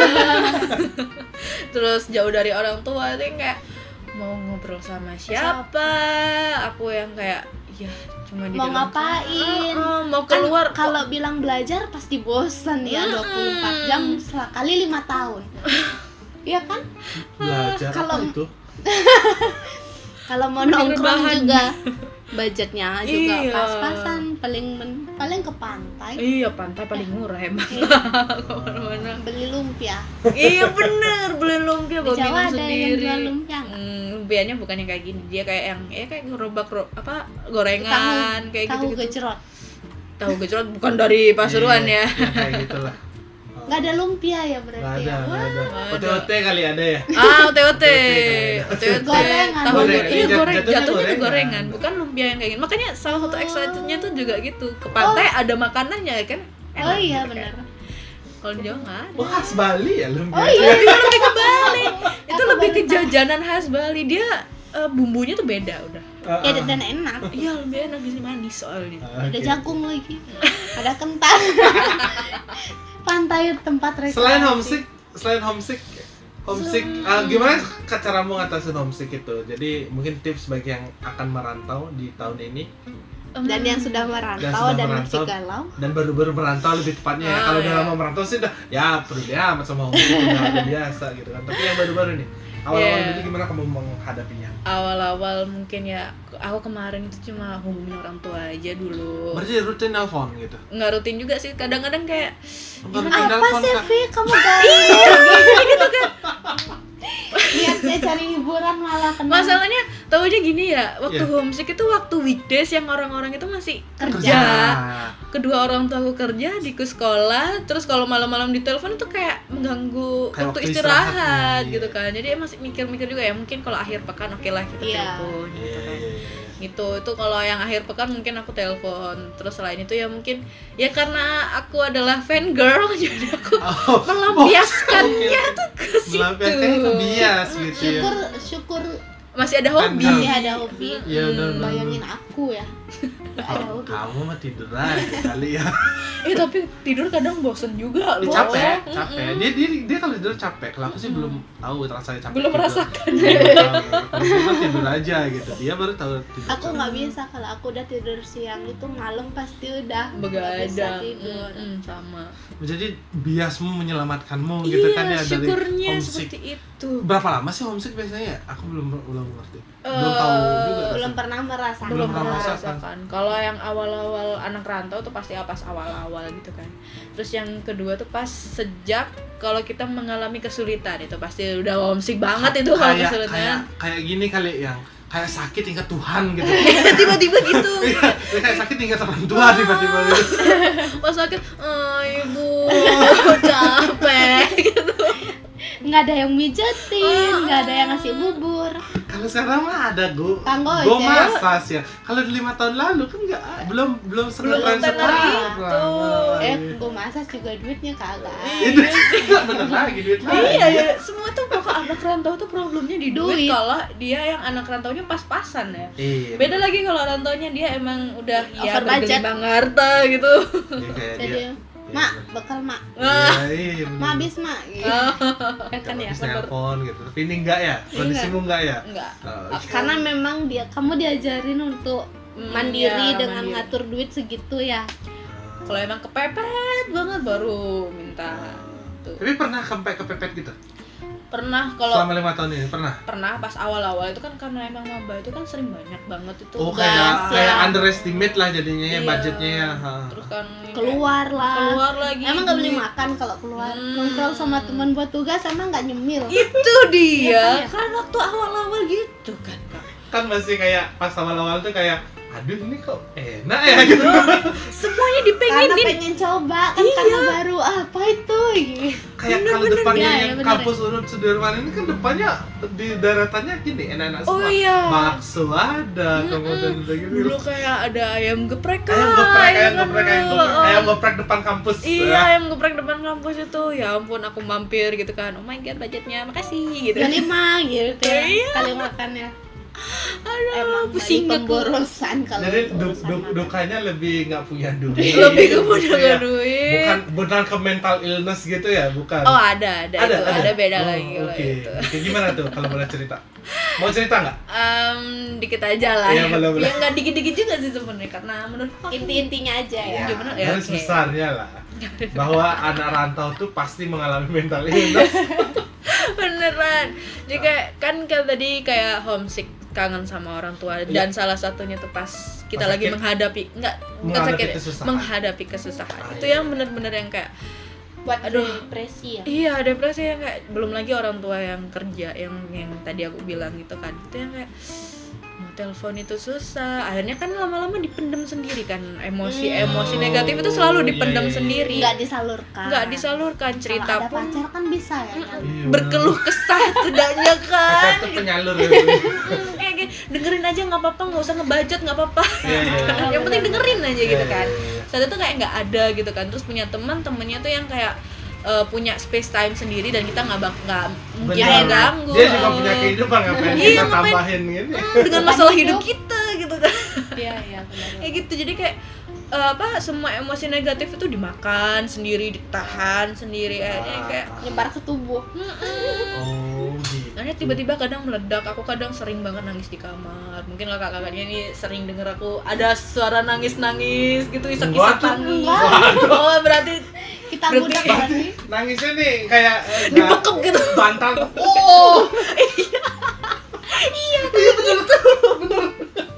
Terus jauh dari orang tua itu yang kayak mau ngobrol sama siapa? Aku yang kayak Iya, cuma di mau dalam ngapain? Mau keluar kan, kalau bilang belajar pasti bosan ya 24 jam sekali 5 tahun. Iya kan? Belajar kalau apa itu? Kalau mau nongkrong juga budgetnya juga Iya. pas-pasan, paling ke pantai. Iya, pantai paling murah emang. Kemana-mana. Beli lumpia. Iya bener, beli lumpia Di bawa Jawa minum ada yang sendiri. jual lumpia nggak? Lumpianya bukan yang kayak gini, dia kayak yang kayak gerobak gorengan kayak tahu gitu. gejrot. Tahu gejrot bukan dari Pasuruan ya. Kayak gitulah. Nggak ada lumpia ya berarti. Nggak ya. ada. Wah. Ote-ote kali ada ya? Ote-ote. Gorengan. Tahu Gorengan. iya goreng, Jatuhnya jatuhnya tuh gorengan. gorengan, bukan lumpia yang kayak gini. Makanya salah satu excitednya tuh juga gitu. Ke pantai ada makanannya kan. Oh Enak iya gitu kan. benar. Kalau di Jawa nggak ada. Oh, khas Bali ya lumpia. Oh iya. Itu lebih ke Bali. Itu Aku lebih baru ke tahu. jajanan khas Bali. Dia bumbunya tuh beda udah. Ya dan enak. Iya, lebih enak di sini manis soalnya. Ada jagung lagi. Ada kentang. Pantai tempat rekreasi. Selain homesick, gimana caramu ngatasin homesick itu? Jadi mungkin tips bagi yang akan merantau di tahun ini Dan yang sudah merantau dan masih galau. dan baru-baru merantau lebih tepatnya ya. Kalau udah iya. lama merantau sih udah ya perlu dia amat sama homesick udah biasa gitu kan. Tapi yang baru-baru nih, awal-awal Yeah. itu gimana kamu menghadapinya? Awal-awal mungkin ya aku kemarin itu cuma hubungin orang tua aja dulu. Berarti rutin nelpon gitu. Nggak rutin juga sih, kadang-kadang kayak Apa sih Vi, kamu galau gitu kan? Niatnya cari hiburan malah kena. masalahnya tahu aja gini ya, waktu Yeah. homesick itu waktu weekdays yang orang-orang itu masih Kerja. kerja. Kedua orang tua aku kerja, diku sekolah, terus kalau malam-malam ditelepon itu kayak mengganggu Kayak waktu waktu istirahat istirahatnya, gitu iya. kan. Jadi masih mikir-mikir juga ya, mungkin kalau akhir pekan oke lah kita Iya. telepon gitu Iya, kan. iya, iya. Gitu itu kalau yang akhir pekan mungkin aku telepon. Terus selain itu ya mungkin ya karena aku adalah fan girl jadi aku Oh, melampiaskannya tuh ke situ. melampiaskannya ke bias gitu ya. Syukur masih ada hobi. masih ada hobi. Iya, benar-benar. Bayangin aku ya. Nggak ada Oh, hobi. kamu mah tidur aja kali ya. Tapi tidur kadang bosen juga loh. Capek. Dia kalau tidur capek. Kalau aku sih belum tahu rasanya capek. Belum tidur. merasakan. Belum tahu. Kalau dia mah tidur aja gitu. Dia baru tahu tidur. Aku nggak bisa kalau aku udah tidur siang itu malam pasti udah nggak bisa Begadang. tidur. Sama. Jadi biasmu menyelamatkanmu gitu kan ya dari syukurnya homesick. seperti itu. Berapa lama sih homesick biasanya ya? Aku belum ngerti. Belum tahu juga. Belum rasanya. pernah merasakan. Belum pernah merasakan. merasakan. Kalau yang awal-awal anak rantau tuh pasti pas awal-awal gitu kan. Terus yang kedua tuh pas sejak kalau kita mengalami kesulitan itu pasti udah homesick banget itu kalau kesulitan. Kayak gini kali yang kayak sakit ingat Tuhan gitu. Tiba-tiba gitu. Iya, kayak sakit ingat orang tua tiba-tiba gitu. Pas sakit, ibu capek gitu. Nggak ada yang mijetin, nggak ada yang ngasih bubur. Kalau sekarang mah ada go Kang Gojek. go massas ya. Kalau 5 tahun lalu kan nggak belum sekarang itu. Gue masas juga duitnya kagak. Itu bener lagi duit lagi. Iya ya, semua tuh pokok anak rantau tuh problemnya di duit. Duit. Kalau dia yang anak rantaunya pas-pasan ya. Iya. Beda lagi kalau rantaunya dia emang udah ya Over budget. bergelimang harta gitu. Iya, kayak Jadi, dia. mak bekal mak, Iya, mak habis mak. Gitu. Kan ya. Bisa nelfon gitu. Tapi ini enggak ya? Kondisimu enggak ya? Enggak. Oh, Karena memang kamu diajarin untuk mandiri iya, dengan mandiri. ngatur duit segitu ya. Kalau emang kepepet banget baru minta. Tuh. Tapi pernah sampai kepepet gitu? Pernah kalau Selama 5 tahun ini pernah? pas awal-awal itu kan karena emang maba itu kan sering banyak banget itu Oh, gas kayak ya. underestimate lah jadinya ya Iya. budgetnya ya. Ha. Terus kan Keluar lah. keluar lagi. Emang nggak beli duit. makan kalau keluar. Nongkrong sama teman buat tugas emang nggak nyemil. Itu dia. Iya. Kan waktu awal-awal gitu kan, Kak. Kan masih kayak pas awal-awal tuh kayak aduh ini kok enak ya gitu. Semuanya Karena dipengenin. pengen coba kan Iya. karena baru apa itu gitu. Kayak kalau depannya ya, yang bener. kampus Unut Sudirman ini kan depannya di daratannya gini enak-enak Oh semua. iya. Bakso ada, kemudian udah gitu. Dulu kayak ada ayam geprek kan. Ayam geprek Oh. ayam geprek depan kampus. Iya, ayam geprek depan kampus itu. Ya ampun, aku mampir gitu kan. Oh my god, budgetnya. Makasih gitu. 25 gitu ya. Iya. Sekali makan ya. Aduh, Emang pusing dari aku. pemborosan kalau Jadi urusan dukanya lebih nggak punya duit. Lebih ke punya gitu ya. duit. Bukan ke mental illness gitu ya, bukan. Oh, ada itu. Ada beda Oh, lagi kalau oke. itu. Oke, gimana tuh kalau boleh cerita? Mau cerita nggak? Dikit aja lah. Iya, boleh. Ya nggak dikit-dikit juga sih sebenarnya, karena menurut inti-intinya aja ya. Garis besarnya lah. Bahwa anak rantau tuh pasti mengalami mental illness. Beneran. Jadi kayak tadi kayak homesick, kangen sama orang tua, dan salah satunya tuh pas kita lagi menghadapi menghadapi kesusahan. Itu yang bener-bener yang kayak buat depresi ya. Iya, depresi yang kayak belum lagi orang tua yang kerja yang tadi aku bilang gitu kan. Itu yang kayak mau telepon itu susah. Akhirnya kan lama-lama dipendam sendiri kan. Emosi negatif itu selalu dipendam sendiri. Enggak disalurkan. Cerita kalau ada pun pacar kan bisa ya. Berkeluh kesah setidaknya kan. Pacar tuh penyalur ya. Kayak dengerin aja nggak apa-apa, nggak usah ngebacot, nggak apa-apa. Yang penting dengerin aja gitu kan. Saat itu kayak nggak ada gitu kan. Terus punya temennya tuh yang kayak punya space time sendiri dan kita nggak mungkin ganggu. Dia juga punya kehidupan, ngapain kita tambahin gitu. Dengan masalah hidup kita gitu kan. Iya benar. Kayak gitu, jadi kayak semua emosi negatif itu dimakan sendiri, ditahan sendiri, akhirnya kayak nyebar ke tubuh. Gitu. Akhirnya tiba-tiba kadang meledak. Aku kadang sering banget nangis di kamar. Mungkin kakak-kakaknya ini sering denger aku ada suara nangis gitu, isak-isak tangis. Oh, berarti kita budak berarti. Nangisnya nih kayak dibekep gitu. Bantal. Iya bener.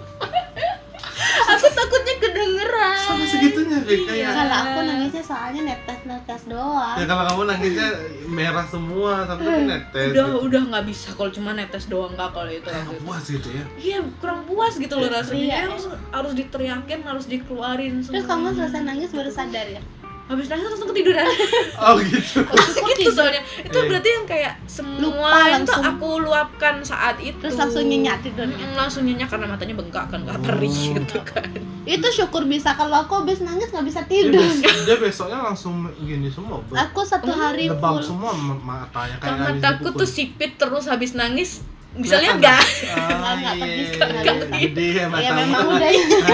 Aku takutnya kedengeran. Sampai segitunya kayak. Kalau aku nangisnya soalnya netes doang. Ya kalau kamu nangisnya merah semua tapi netes. Udah nggak bisa kalau cuma netes doang, nggak kalau itu. Kurang puas gitu ya. Iya, kurang puas gitu loh rasanya. Iya. Harus diteriakin, harus dikeluarin semua. Terus kamu selesai nangis baru sadar ya? Habis nangis langsung ketiduran. Oh gitu. Gitu soalnya. Itu berarti yang kayak semua itu aku luapkan saat itu. Terus langsung nyenyak tidurnya. Langsung nyenyak karena matanya bengkak kan, nggak perih gitu kan. Itu syukur bisa, kalau aku habis nangis nggak bisa tidur. Dia besoknya langsung gini semua. Aku satu hari lebam full. semua matanya kayak mataku tuh sipit terus habis nangis. Bisa lihat nggak? Nggak bisa. Gede ya mata. Ya memang udah.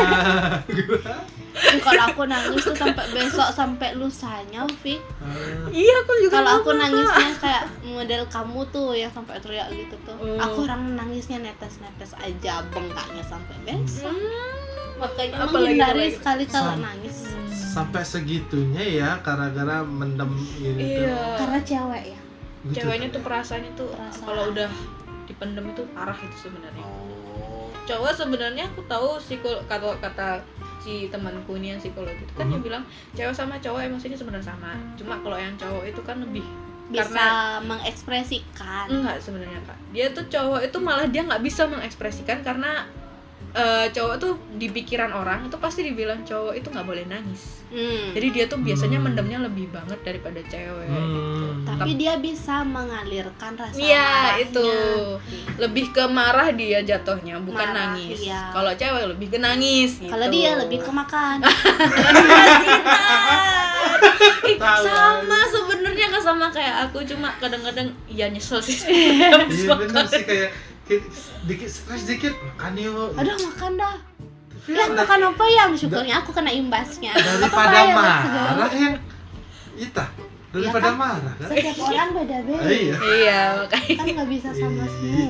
Kalau aku nangis tuh sampai besok, sampai lusanya, Ufik. Iya, aku juga. Kalau aku nangisnya kayak model kamu tuh yang sampai teriak gitu tuh. Aku orang nangisnya netes-netes aja, bengkaknya sampai besok. Makanya menghindari sekali kalau nangis. Sampai segitunya ya, gara-gara mendem ini tuh. Karena cewek ya. Gitu. Ceweknya tuh perasaannya tuh kalau udah dipendem itu parah itu sebenarnya. Cowok sebenarnya aku tahu kata si temanku ini yang psikolog itu kan dia bilang cewek sama cowok emosinya sebenarnya sama. Cuma kalau yang cowok itu kan lebih bisa karena mengekspresikan. Enggak sebenarnya Kak. Dia tuh cowok itu malah dia nggak bisa mengekspresikan karena cowok tuh di pikiran orang itu pasti dibilang cowok itu nggak boleh nangis. Jadi dia tuh biasanya mendemnya lebih banget daripada cewek. Gitu. Tapi dia bisa mengalirkan rasa Iya marahnya. itu lebih ke marah dia jatuhnya, bukan Marah, nangis. iya. Kalau cewek lebih ke nangis. Gitu. Kalau dia lebih ke makan. Sama sebenarnya nggak sama kayak aku, cuma kadang-kadang ya nyesel sih. Iya benar sih kayak dikit stres dikit makan yuk. Aduh makan dah. Yang makan apa yang syukurnya aku kena imbasnya. Daripada marah yang Ita daripada kan? marah kan. Setiap orang beda-beda. Iya makanya Kan nggak bisa sama semua.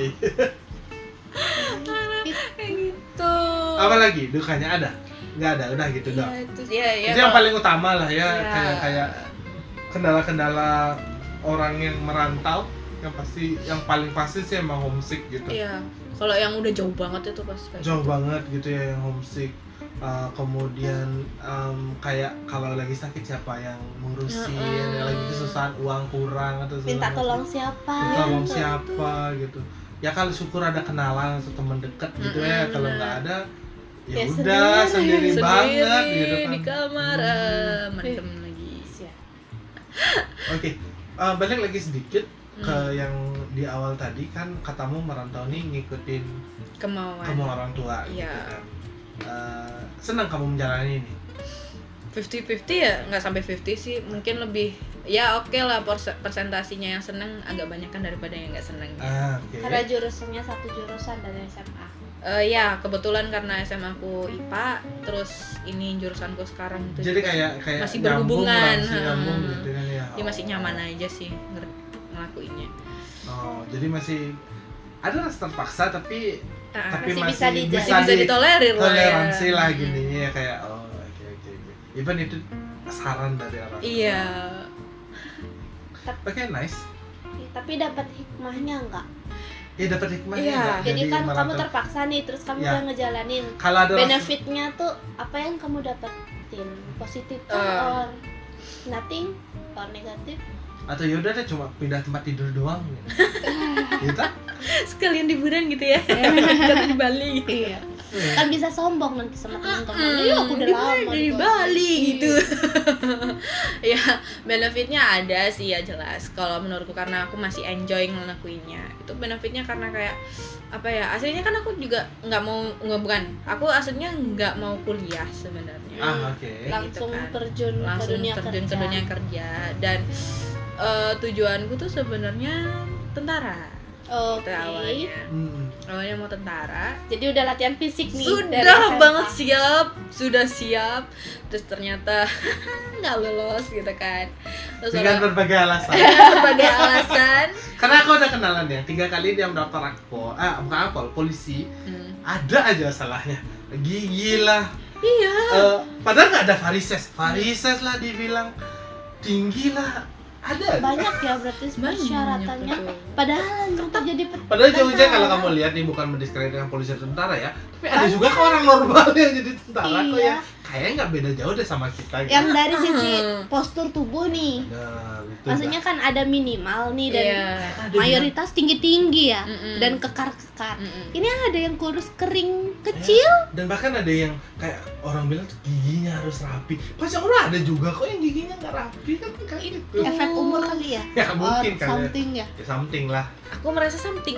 kayak gitu. Apa lagi dukanya ada? Nggak ada, udah gitu dong. Itu yang paling utama lah ya, kayak kendala-kendala orang yang merantau yang paling pasti sih emang homesick gitu. Iya. Kalau yang udah jauh banget itu pasti kayak jauh banget gitu ya yang homesick. Kemudian kayak kalau lagi sakit siapa yang ngurusin, lagi kesusahan uang kurang atau minta tolong siapa? Tolong siapa gitu. Ya kalau syukur ada kenalan atau teman dekat gitu ya. Kalau nggak ada ya udah sendiri banget gitu kan. Di kamar mendem lagi. Oke. Balik lagi sedikit ke yang di awal tadi kan katamu merantau nih ngikutin kemauan orang tua gitu kan. Senang kamu menjalani ini? 50-50 ya, nggak sampai 50 sih, mungkin lebih ya oke lah persentasinya yang seneng agak banyak kan daripada yang nggak seneng. Okay. Karena jurusannya satu jurusan dari SMA. Ya kebetulan karena SMA aku IPA, terus ini jurusanku sekarang itu jadi kayak masih berhubungan, nyambung gitu kan ya. Dia masih nyaman aja sih ngelakuinnya. Oh, jadi masih ada rasa terpaksa tapi masih bisa ditolerir lah ya. Toleransi lah gini ya kayak oke. Even itu saran dari orang. Iya. Oke, nice. Tapi dapat hikmahnya enggak? Ya dapat hikmahnya. Iya. Jadi kan kamu terpaksa nih, terus kamu udah ngejalanin. Kalau ada benefitnya tuh apa yang kamu dapetin? Positif or nothing or negatif? Atau yaudah deh cuma pindah tempat tidur doang gitu. Sekalian liburan gitu ya. Kata di Bali. Iya. Kan bisa sombong nanti sama teman-teman. Iya, aku udah lama di Bali gitu. Ya, benefitnya ada sih ya jelas. Kalau menurutku karena aku masih enjoy ngelakuinnya. Itu benefitnya karena kayak apa ya? Aslinya kan aku juga aku aslinya nggak mau kuliah sebenarnya. Oke. Langsung gitu kan. terjun ke dunia kerja dan tujuanku tuh sebenarnya tentara. Oke. Awalnya mau tentara. Jadi udah latihan fisik nih. Sudah banget sudah siap. Terus ternyata nggak lolos gitu kan. Terus dengan berbagai alasan. Karena aku udah kenalan ya 3 kali dia mendaftar polisi. Ada aja salahnya. Gigi lah. Iya. Padahal nggak ada varises lah dibilang tinggi lah. Ada banyak ya berarti persyaratannya. Padahal yang terjadi jauh-jauh kalau kamu lihat nih bukan mendiskreditkan polisi dan tentara ya, tapi ada juga orang normal yang jadi tentara kok ya. Kayaknya nggak beda jauh deh sama kita. Yang dari sisi postur tubuh nih. Gitu maksudnya kan ada minimal nih dan mayoritas tinggi-tinggi ya dan kekar-kekar. Ini ada yang kurus kering kecil. Dan bahkan ada yang kayak orang bilang tuh giginya harus rapi. Pas yang orang ada juga kok yang giginya nggak rapi kan kayak gitu. Efek umur kali ya? Ya mungkin kali. Something ya? Something lah. Aku merasa something.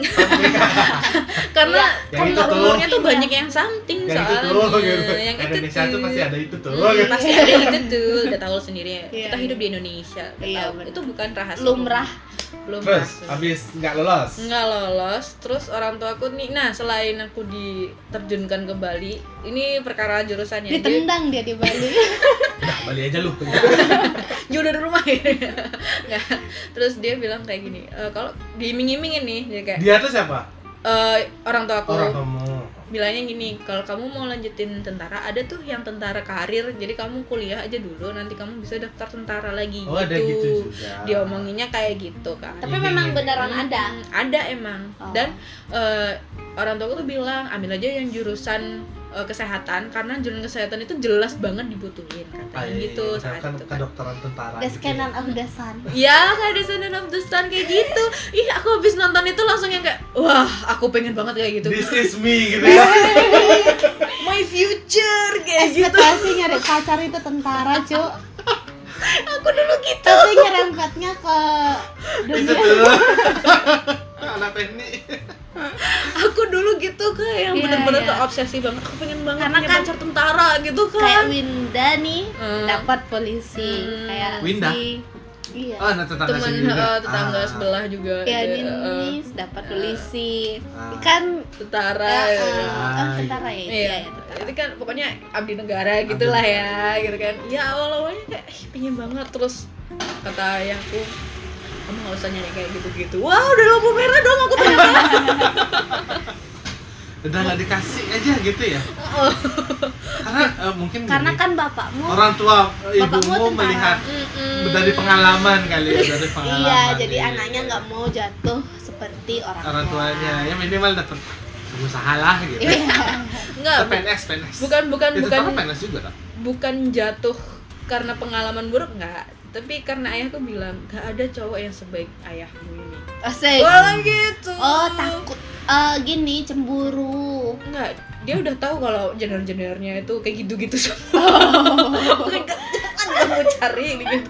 Karena umurnya tuh banyak yang something soalnya. Yang Indonesia tuh pasti ada itu tuh. Pasti ada itu tuh. Udah tahu sendiri. Kita hidup di Indonesia. Itu bukan rahasia. Lumrah. Terus habis nggak lolos. Terus orang tua aku nih, nah selain aku diterjunkan ke Bali, ini perkara jurusannya. Ditendang dia di Bali. Nah, Bali aja lu. Jauh dari rumah ya. Nah, terus dia bilang kayak gini, kalau diiming-imingin nih, dia kayak. Dia tuh siapa? Orang tua aku. Orang kamu. Bilangnya gini, kalau kamu mau lanjutin tentara, ada tuh yang tentara karir, jadi kamu kuliah aja dulu, nanti kamu bisa daftar tentara lagi. Ada gitu juga. Diomonginnya kayak gitu kan. Tapi memang beneran ada. Ada emang. Dan orang tua aku tuh bilang, ambil aja yang jurusan kesehatan, karena jurusan kesehatan itu jelas banget dibutuhin katanya gitu saat kan itu kan. Kedokteran tentara. Deskanan of the Sun. Ya, kayak Descendant of the Sun kayak gitu. Ih, aku habis nonton itu langsung yang kayak, wah, aku pengen banget kayak gitu. This is me gitu. My future kayak gitu. Ekspektasi nyari pacar itu tentara, Cuk. Aku dulu gitu. Tapi nyerempetnya ke Itu dunia. tuh. Anak teknik. Aku dulu gitu kayak yang bener-bener obsesi banget. Aku pengen banget karena punya kan pacar tentara gitu kan. Kayak Winda nih dapat polisi kayak Winda? Iya. Oh, tetangga sebelah juga. Ya, Ninis dapat polisi. Kan tentara. Tentara ya. Iya. Itu kan pokoknya abdi negara gitulah ya, gitu kan. Ya awal-awalnya kayak pengen banget, terus kata ayahku, kamu nggak usah nyari kayak gitu-gitu. Wah, udah lampu merah dong aku ternyata. Udah nggak dikasih aja gitu ya. Karena mungkin karena gini, kan bapakmu orang tua ibumu melihat dari pengalaman kali ya, dari pengalaman. Iya, jadi anaknya nggak mau jatuh seperti orang tuanya. Ya minimal dapat usaha lah gitu. Enggak. PNS. Bukan PNS juga tak? Bukan jatuh karena pengalaman buruk, enggak. Tapi karena ayahku bilang, gak ada cowok yang sebaik ayahmu ini. Asik. Wah gitu. Oh, takut gini cemburu. Enggak, dia udah tahu kalau junior-juniornya itu kayak gitu-gitu semua. Jangan kamu cari gitu.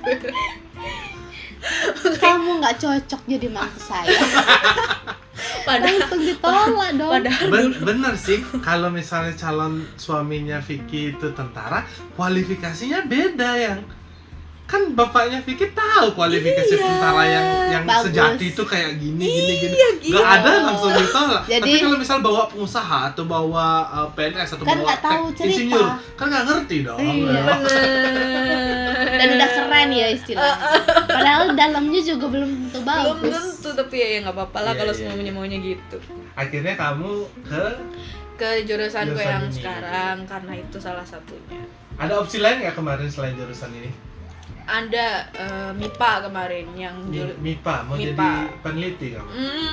Kamu nggak cocok jadi mantu saya. Padahal langsung ditolak dong. Bener sih, kalau misalnya calon suaminya Vicky itu tentara, kualifikasinya beda yang kan bapaknya Vicky tahu kualifikasi tentara yang sejati itu kayak gini. Gak ada langsung ditolak. Tapi kalau misal bawa pengusaha atau bawa PNS atau kan bawa insinyur, kan nggak ngerti dong. Dan udah keren ya istilahnya. Padahal dalamnya juga belum tentu bagus. Belum tentu, tapi ya nggak apa-apa lah kalau semuanya maunya gitu. Akhirnya kamu ke jurusanku yang sekarang karena itu salah satunya. Ada opsi lain nggak kemarin selain jurusan ini? Ada MIPA kemarin yang MIPA mau MIPA. jadi peneliti kamu?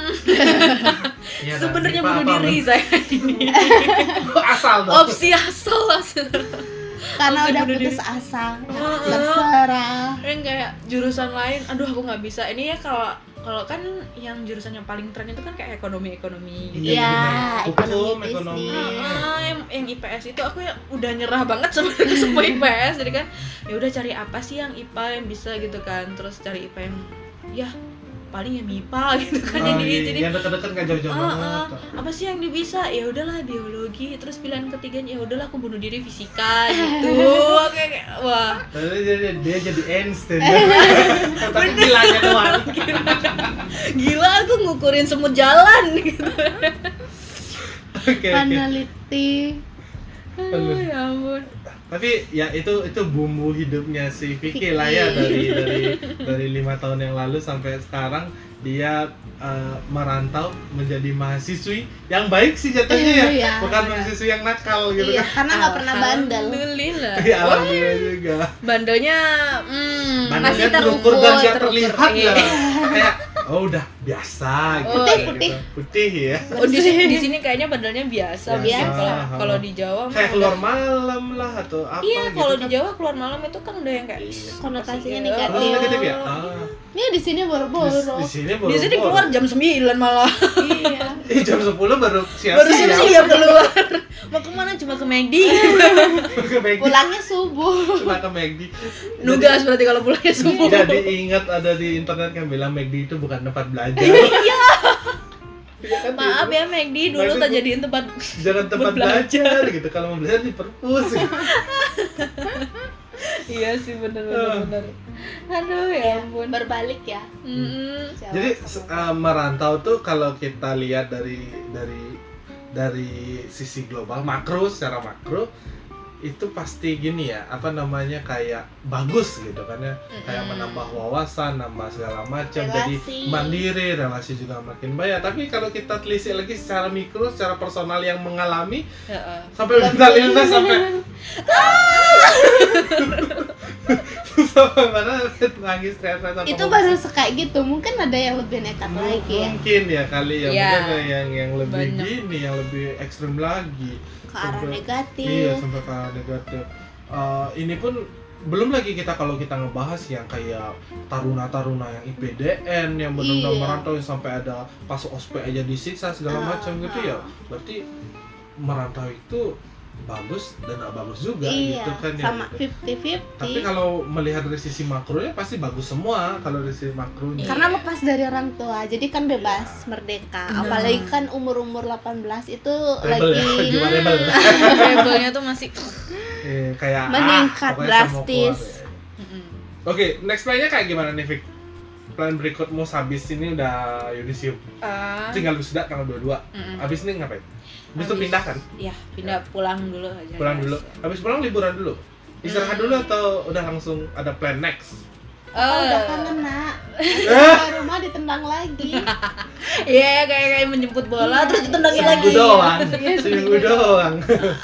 Ya, sebenarnya bunuh diri saya ini. Asal dong. Opsi asal lah. Karena udah putus asa, terserah. Yang kayak jurusan lain, aduh aku nggak bisa. Ini ya kalau kan yang jurusan yang paling tren itu kan kayak ekonomi gitu. Iya, ekonomi. Yang IPS itu aku ya udah nyerah banget sebenarnya semua IPS. Jadi kan ya udah cari apa sih yang IPA yang bisa gitu kan. Terus cari IPA yang ya paling ya MIPA gitu kan. Jadi yang dekat-dekat nggak jauh-jauh banget. Apa sih yang bisa? Ya udahlah biologi. Terus pilihan ketiganya ya udahlah aku bunuh diri fisika gitu. Kayak wah. Dia jadi Einstein. Tapi gilanya doang. Gila aku ngukurin semut jalan gitu. Peneliti. Ya ampun. Tapi ya itu bumbu hidupnya si Vicky lah ya dari 5 tahun yang lalu sampai sekarang dia merantau menjadi mahasiswi yang baik sih jatuhnya ya, bukan mahasiswi yang nakal gitu kan. Karena nggak pernah bandel. Alhamdulillah. Iya, alhamdulillah juga. Bandelnya masih terukur dan tidak terukur. terlihat ya. Kayak udah biasa gitu. Putih ya. Oh di sini kayaknya bandelnya biasa. Kalau di Jawa kayak keluar malam lah atau apa iya, gitu. kalau di Jawa keluar malam itu kan udah yang kayak konotasinya negatif ya. Ini di sini boro-boro. Di sini keluar jam 9 malah. Iya. Jam 10 baru siap-siap. Baru siap keluar. Mau kemana? Cuma ke McD. Pulangnya subuh. Cuma ke McD. Nugas berarti kalau pulangnya subuh. Jadi ingat ada di internet kan bilang McD itu bukan tempat belajar. Iya. Kan Maaf ya McD dulu tak jadiin tempat jangan tempat belajar gitu. Kalau mau belajar di perpus. Iya sih benar. Aduh ya ampun. Berbalik ya. Jadi merantau tuh kalau kita lihat dari sisi global secara makro itu pasti gini ya, apa namanya, kayak bagus gitu kan ya, kayak menambah wawasan, nambah segala macam, jadi mandiri, relasi juga makin banyak. Tapi kalau kita telisik lagi secara mikro, secara personal yang mengalami sampai mental illness sampai sampai mana nangis stres itu baru kayak gitu. Mungkin ada yang lebih nekat lagi ya. Mungkin ya kali ya, mungkin ada yang lebih gini, yang lebih ekstrem lagi ke arah negatif. Iya, sampai ke arah negatif. Ini pun belum lagi kalau kita ngebahas yang kayak taruna-taruna yang IPDN yang benar-benar merantau sampai ada pas ospek aja disiksa segala macam gitu ya. Berarti merantau itu bagus dan gak bagus juga gitu kan ya. Sama 50-50. Tapi kalau melihat dari sisi makronya pasti bagus semua kalau dari sisi makronya. Karena lepas dari orang tua, jadi kan bebas, merdeka. Apalagi kan umur 18 itu rebel lagi rebelnya tuh masih kayak meningkat drastis. Oke, next plan-nya kayak gimana nih, Vic? Plan berikutmu habis ini udah yudisium. Tinggal wisuda tanggal 22. Habis ini ngapain? Habis itu pindah kan? Iya, pindah pulang dulu aja. Pulang dulu. Habis pulang liburan dulu. Istirahat dulu atau udah langsung ada plan next? Udah kangen, Nak. Rumah ditendang lagi. Iya, kayak menjemput bola terus ditendangin lagi. Seminggu doang.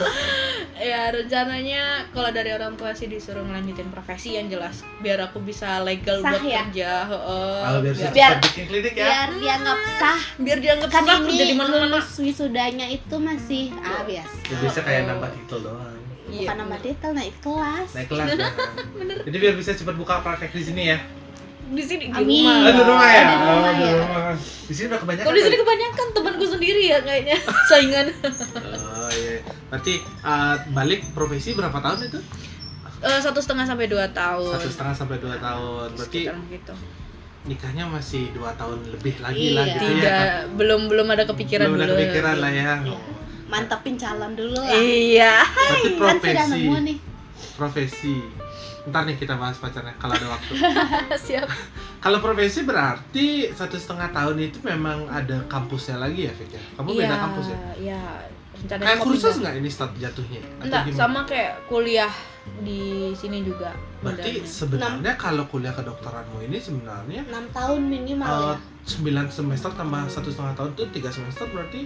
Ya rencananya kalau dari orang tua sih disuruh ngelanjutin profesi yang jelas biar aku bisa legal sah buat ya? kerja. Biar bikin klinik ya. Biar dianggap sah. Biar dianggap kan sah ini kerja di mana-mana. lulus wisudanya itu masih biasa. Ya, bisa kayak nambah titel doang. Bukan nambah titel, naik kelas. Naik kelas. Jadi biar bisa cepat buka praktek di sini ya. Di sini di rumah. Di rumah ya. Di rumah. Di sini udah kebanyakan. Kalau di sini kebanyakan temanku sendiri ya kayaknya saingan. Oh iya. Berarti balik profesi berapa tahun itu? 1,5 sampai 2 tahun. 1,5 sampai 2 tahun. Berarti gitu. Nikahnya masih 2 tahun lebih lagi lah gitu Tidak, ya. Belum ada kepikiran belum dulu. Belum ada kepikiran lah ya. Mantapin calon dulu lah. Iya. Berarti Kan sudah nemu nih. Profesi. Ntar nih kita bahas pacarnya kalau ada waktu. Siap. Kalau profesi berarti 1,5 tahun itu memang ada kampusnya lagi ya, Fik ya? Kamu beda kampus ya? Iya. Kayak kursus nggak ini start jatuhnya? Enggak, sama kayak kuliah di sini juga. Berarti sebenarnya kalau kuliah kedokteranmu ini sebenarnya 6 tahun minimal ya? 9 semester tambah 1,5 tahun itu 3 semester berarti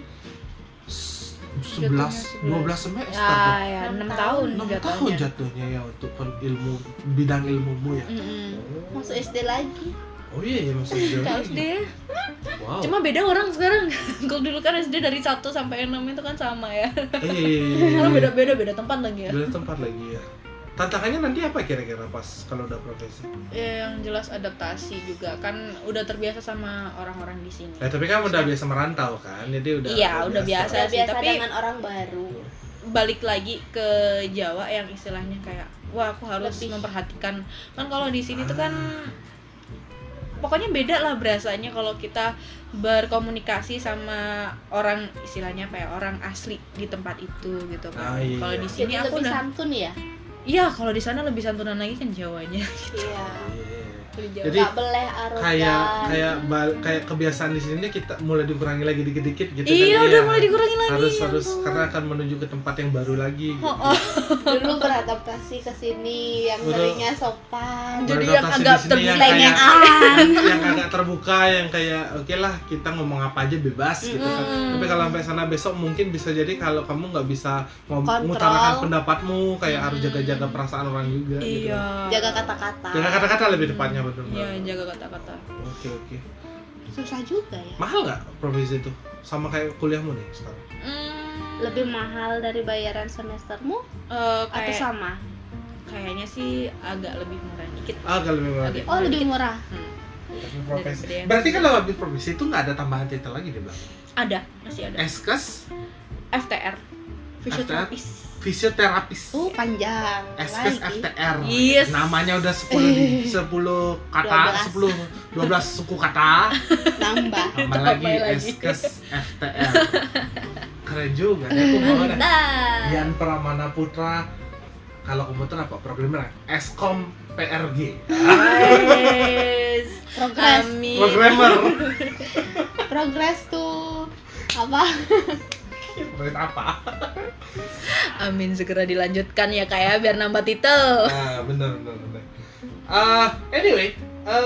12 semester. Ya, 6 tahun. 6 tahun jatuhnya ya untuk ilmu bidang ilmumu ya. Masuk SD lagi. Oh iya, masuk SD lagi. SD. Wow. Cuma beda orang sekarang. Kalau dulu kan SD dari 1 sampai 6 itu kan sama ya. Iya. Sekarang beda tempat lagi ya. Beda tempat lagi ya. Tantangannya nanti apa kira-kira pas kalau udah profesi? Ya, yang jelas adaptasi juga kan udah terbiasa sama orang-orang di sini. Ya, tapi kan udah biasa merantau kan, jadi udah. Iya, udah biasa sih, tapi dengan orang baru. Balik lagi ke Jawa yang istilahnya kayak, wah aku harus memperhatikan. Kan kalau di sini tuh kan pokoknya beda lah berasanya kalau kita berkomunikasi sama orang istilahnya kayak orang asli di tempat itu gitu kan. Iya. Kalau di sini jadi aku lebih udah santun ya. Iya, kalau di sana lebih santunan lagi kan Jawanya. Iya. Jadi gak boleh arogan. Kayak kebiasaan di sini kita mulai dikurangi lagi dikit-dikit gitu. Iya, kan, udah mulai dikurangi lagi. Harus karena akan menuju ke tempat yang baru lagi. Gitu. Dulu beradaptasi ke sini yang ngerinya sopan. Jadi yang agak terbuka, yang agak terbuka, yang kayak oke lah kita ngomong apa aja bebas gitu kan. Tapi kalau sampai sana besok mungkin bisa jadi kalau kamu nggak bisa mengutarakan pendapatmu, kayak harus jaga-jaga perasaan orang juga. Iya. Gitu. Jaga kata-kata. Jaga kata-kata lebih tepatnya betul. Iya, jaga kata-kata. Oke. Susah juga ya. Mahal nggak profesi itu? Sama kayak kuliahmu nih sekarang? Lebih mahal dari bayaran semestermu? Atau sama? Kayaknya sih agak lebih murah dikit. Agak lebih murah. Oh, lebih murah. Profesi. Berarti kalau habis profesi itu nggak ada tambahan titel lagi di belakang? Ada, masih ada. Eskes, FTR, fisioterapis. Panjang. Eskes FTR. Yes. Namanya udah 10 kata, 12 suku kata. Nambah lagi Eskes FTR. Keren juga ya, aku mau ada. Yan Pramana Putra. Kalau komputer apa? Programmer. Eskom PRG. Programmer. Progress tuh apa? Apa? Amin, segera dilanjutkan ya kayak biar nambah titel. Nah, bener. Anyway,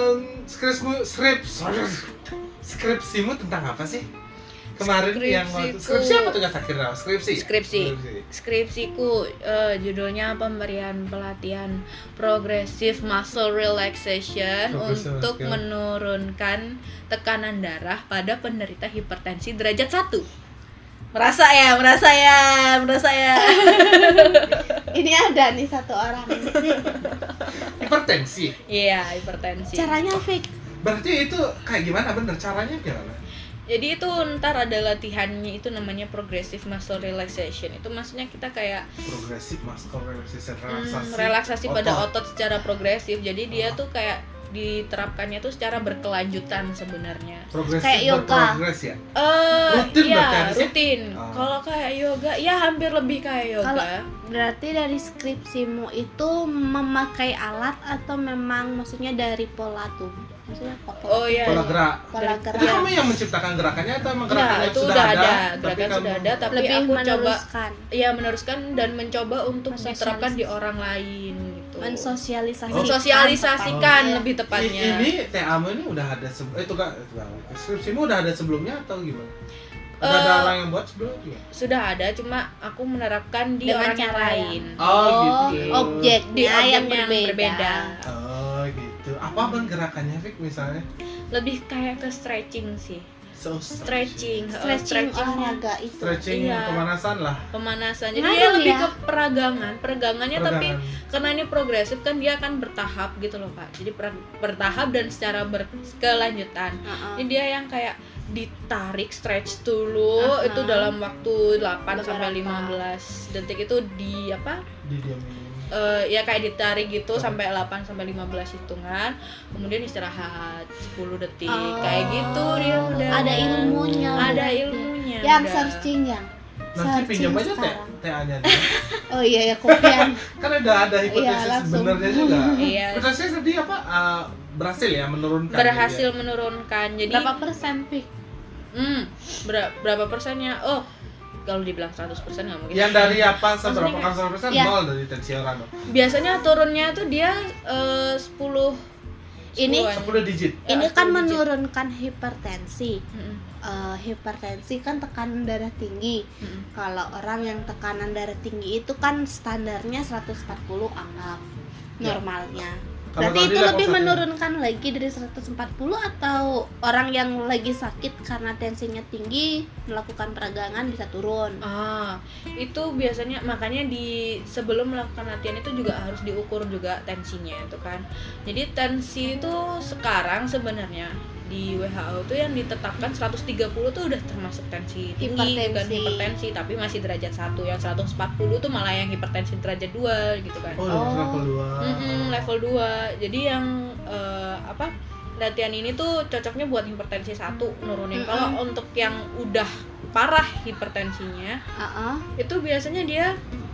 skripsimu tentang apa sih? Kemarin skripsi apa tugas akhir? Skripsiku judulnya pemberian pelatihan progressive muscle relaxation untuk menurunkan tekanan darah pada penderita hipertensi derajat 1. Merasa ya. Ini ada nih satu orang. Hipertensi? Iya, hipertensi. Caranya Fik? Berarti itu kayak gimana caranya gimana? Jadi itu ntar ada latihannya, itu namanya progressive muscle relaxation. Itu maksudnya kita kayak progressive muscle relaxation, relaksasi pada otot secara progresif. Jadi dia tuh kayak diterapkannya tuh secara berkelanjutan sebenarnya. Kayak yoga. Berprogres ya? Rutin ya? Rutin. Kalau kayak yoga ya hampir lebih kayak yoga. Kalau berarti dari skripsimu itu memakai alat atau memang maksudnya dari pola tubuh? Maksudnya pola gerak. Itu kamu yang menciptakan gerakannya atau emang gerakannya itu sudah ada? Gerakan sudah ada, tapi lebih aku meneruskan dan mencoba untuk diterapkan di orang lain gitu. Mensosialisasikan lebih tepatnya. Ini TA-mu ini udah ada skripsimu udah ada sebelumnya atau gimana? Ada orang yang buat sebelumnya? Sudah ada, cuma aku menerapkan di dengan orang yang lain. Gitu. Objeknya yang berbeda. Gitu. Apa gerakannya, Fik, misalnya? Lebih kayak ke stretching sih. Stretching olahraga itu. Stretching pemanasan lah. Jadi dia lebih ke peregangannya tapi karena ini progresif kan dia akan bertahap gitu loh, Pak. Jadi bertahap dan secara berkelanjutan. Jadi dia yang kayak ditarik stretch dulu itu dalam waktu 8 sampai 15 detik itu didiamin. Ya kayak ditarik gitu sampai 8 sampai 15 hitungan, kemudian istirahat 10 detik kayak gitu dia udah ada ilmunya. Yang searching yang Nanti pinjam aja TA-nya. Oh iya ya, kopian. Kan ada hipotesis sebenarnya juga. Iya. Hipotesis tadi apa? Berhasil ya menurunkan. Berhasil menurunkan. Jadi berapa persen, Pik? Berapa persennya? Oh, kalau dibilang 100% nggak mungkin. Yang dari apa seberapa kali 100%? Ya. Nol dari tensi orang. Biasanya turunnya tuh dia 10 digit. Ini kan menurunkan hipertensi. Hipertensi kan tekanan darah tinggi. Kalau orang yang tekanan darah tinggi itu kan standarnya 140 anggap normalnya. Berarti itu lebih menurunkan lagi dari 140 atau orang yang lagi sakit karena tensinya tinggi melakukan peragangan bisa turun? Itu biasanya makanya di sebelum melakukan latihan itu juga harus diukur juga tensinya itu kan. Jadi tensi itu sekarang sebenarnya di WHO tuh yang ditetapkan 130 tuh udah termasuk tensi tinggi, bukan hipertensi, tapi masih derajat 1. Yang 140 tuh malah yang hipertensi derajat 2 gitu kan. Level 2. Level 2. Jadi yang latihan ini tuh cocoknya buat hipertensi 1 nurunin. Kalau untuk yang udah parah hipertensinya, itu biasanya dia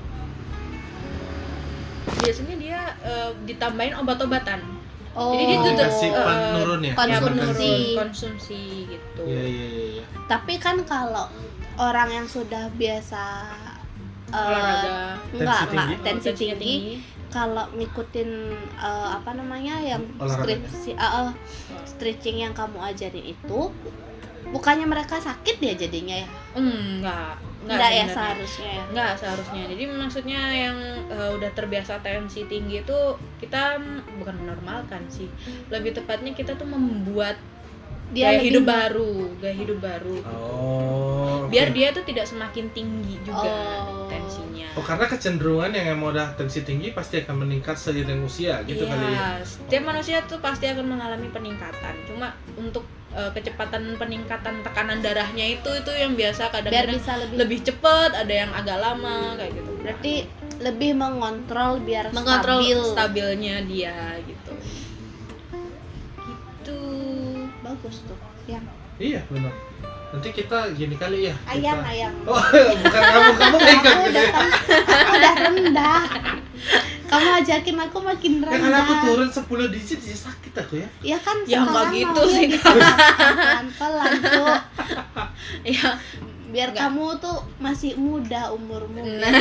ditambahin obat-obatan. Jadi dia tuh nurun ya? Konsumsi gitu. Iya. Tapi kan kalau orang yang sudah biasa olahraga, tensi tinggi, kalau ngikutin yang stretching yang kamu ajarin itu, bukannya mereka sakit ya jadinya ya? Enggak ya seharusnya ya? Enggak seharusnya. Jadi maksudnya yang udah terbiasa tensi tinggi itu kita bukan menormalkan sih. Lebih tepatnya kita tuh membuat gaya hidup baru. Biar dia tuh tidak semakin tinggi juga tensinya. Karena kecenderungan yang emang udah tensi tinggi pasti akan meningkat seiring usia gitu kali ya. Setiap manusia tuh pasti akan mengalami peningkatan. Cuma untuk kecepatan peningkatan tekanan darahnya itu yang biasa kadang-kadang lebih cepat, ada yang agak lama kayak gitu. Berarti lebih mengontrol stabilnya dia gitu. Gitu. Bagus tuh. Iya, benar. Nanti kita gini kali ya. Ayang. Oh, bukan kamu ikut gitu ya. Udah rendah. Kamu ajakin aku makin rendah. Kalau aku turun 10 digit sih sakit aku ya. Ya kan ya sekarang gitu sih. Pelan-pelan tuh. Ya, biar kamu tuh masih muda umurmu.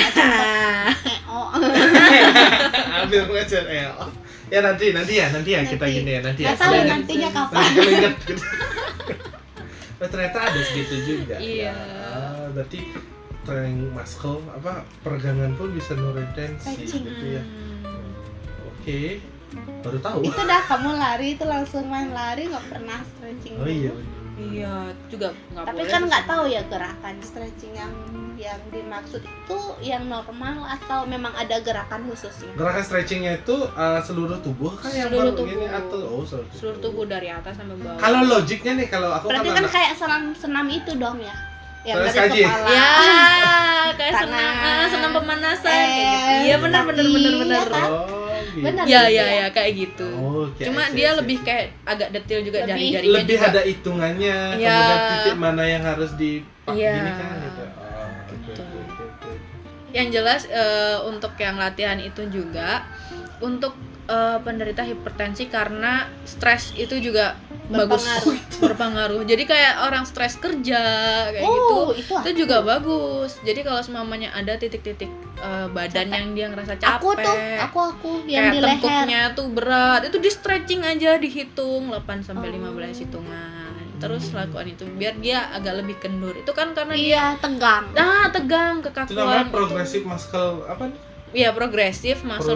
Ambil ngajar ya nanti ya kita gini ya nanti ya. Tahu nantinya kapan. Ingat gitu. Ternyata ada segitu juga. Iya. Berarti training muscle peregangan pun bisa nurunin tensi gitu ya. Oke. Baru tahu. Itu dah kamu lari itu langsung main lari nggak pernah stretching. Oh iya. Iya, juga nggak boleh. Tapi kan nggak tahu ya gerakan stretching yang dimaksud itu yang normal atau memang ada gerakan khususnya? Gerakan stretchingnya itu seluruh tubuh kan yang seluruh baru tubuh. Ini atau seluruh tubuh dari atas sampai bawah. Kalau logiknya nih kalau aku berarti kan kayak senam itu dong ya? Yang Terus dari kepala. Ya, kayak senam pemanasan kayak gitu. Iya benar. Benar. Ya kayak gitu. Okay, Cuma dia lebih kayak agak detail juga jari-jarinya lebih juga. ada hitungannya, Ya. kemudian titik mana yang harus dipak gini kan gitu. Okay. Yang jelas untuk yang latihan itu juga untuk penderita hipertensi karena stres itu juga berpengaruh. Jadi kayak orang stres kerja kayak itu juga bagus. Jadi kalau semuanya ada titik-titik badan yang dia ngerasa capek. Aku yang kayak di leher. tengkuknya tuh berat, itu di stretching aja, dihitung 8 sampai 15 hitungan. Terus lakukan itu biar dia agak lebih kendur. Itu kan karena dia tegang. Tegang, kekakuan. Itu namanya progressive muscle apa nih? Iya, progressive muscle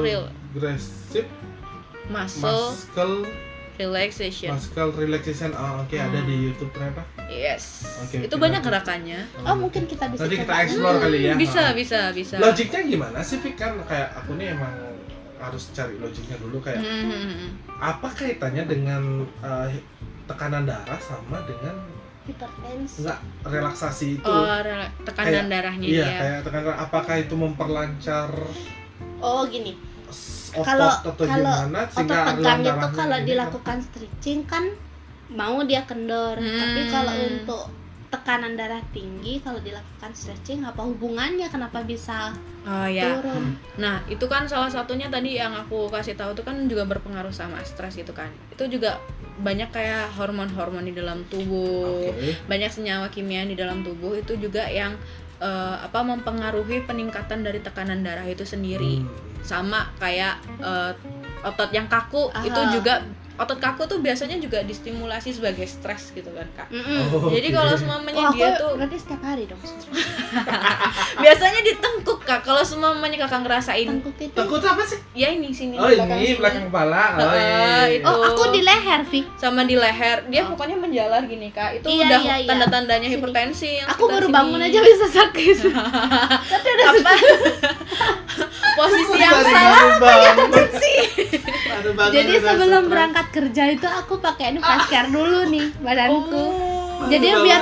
muscle relaxation. Muscle relaxation. Oke, ada di YouTube ternyata. Yes. Okay, itu banyak gerakannya. Mungkin kita bisa. Nanti kita explore kali ya. Bisa. Logiknya gimana sih, Fik? Kan kayak aku nih emang harus cari logiknya dulu kayak apa kaitannya dengan tekanan darah sama dengan hipertensi? Enggak, relaksasi itu. Tekanan darahnya iya, dia. Iya, kayak tekanan apakah itu memperlancar gini. otot Kalau gimana otot tegang itu kalau dilakukan stretching kan mau dia kendor. Tapi kalau untuk tekanan darah tinggi kalau dilakukan stretching apa hubungannya, kenapa bisa turun? Nah itu kan salah satunya tadi yang aku kasih tahu itu kan juga berpengaruh sama stres gitu kan. Itu juga banyak kayak hormon-hormon di dalam tubuh, banyak senyawa kimia di dalam tubuh itu juga yang mempengaruhi peningkatan dari tekanan darah itu sendiri. Sama kayak otot yang kaku itu juga, otot kaku tuh biasanya juga distimulasi sebagai stres gitu kan Kak. Jadi kalau semuanya dia tuh berarti setiap hari dong. biasanya ditengkuk Kak. Kalau semuanya Kakak ngerasain tengkuk itu apa sih? Ya ini sini. Ini belakang kepala. Aku di leher, Vi. Sama di leher. Dia pokoknya menjalar gini Kak. Itu udah tanda-tandanya hipertensi yang aku baru bangun aja bisa sakit. Tapi udah apa? Posisi yang salah banget sih. Jadi sebelum berangkat kerja itu aku pakai ini face care dulu nih badanku. Jadi biar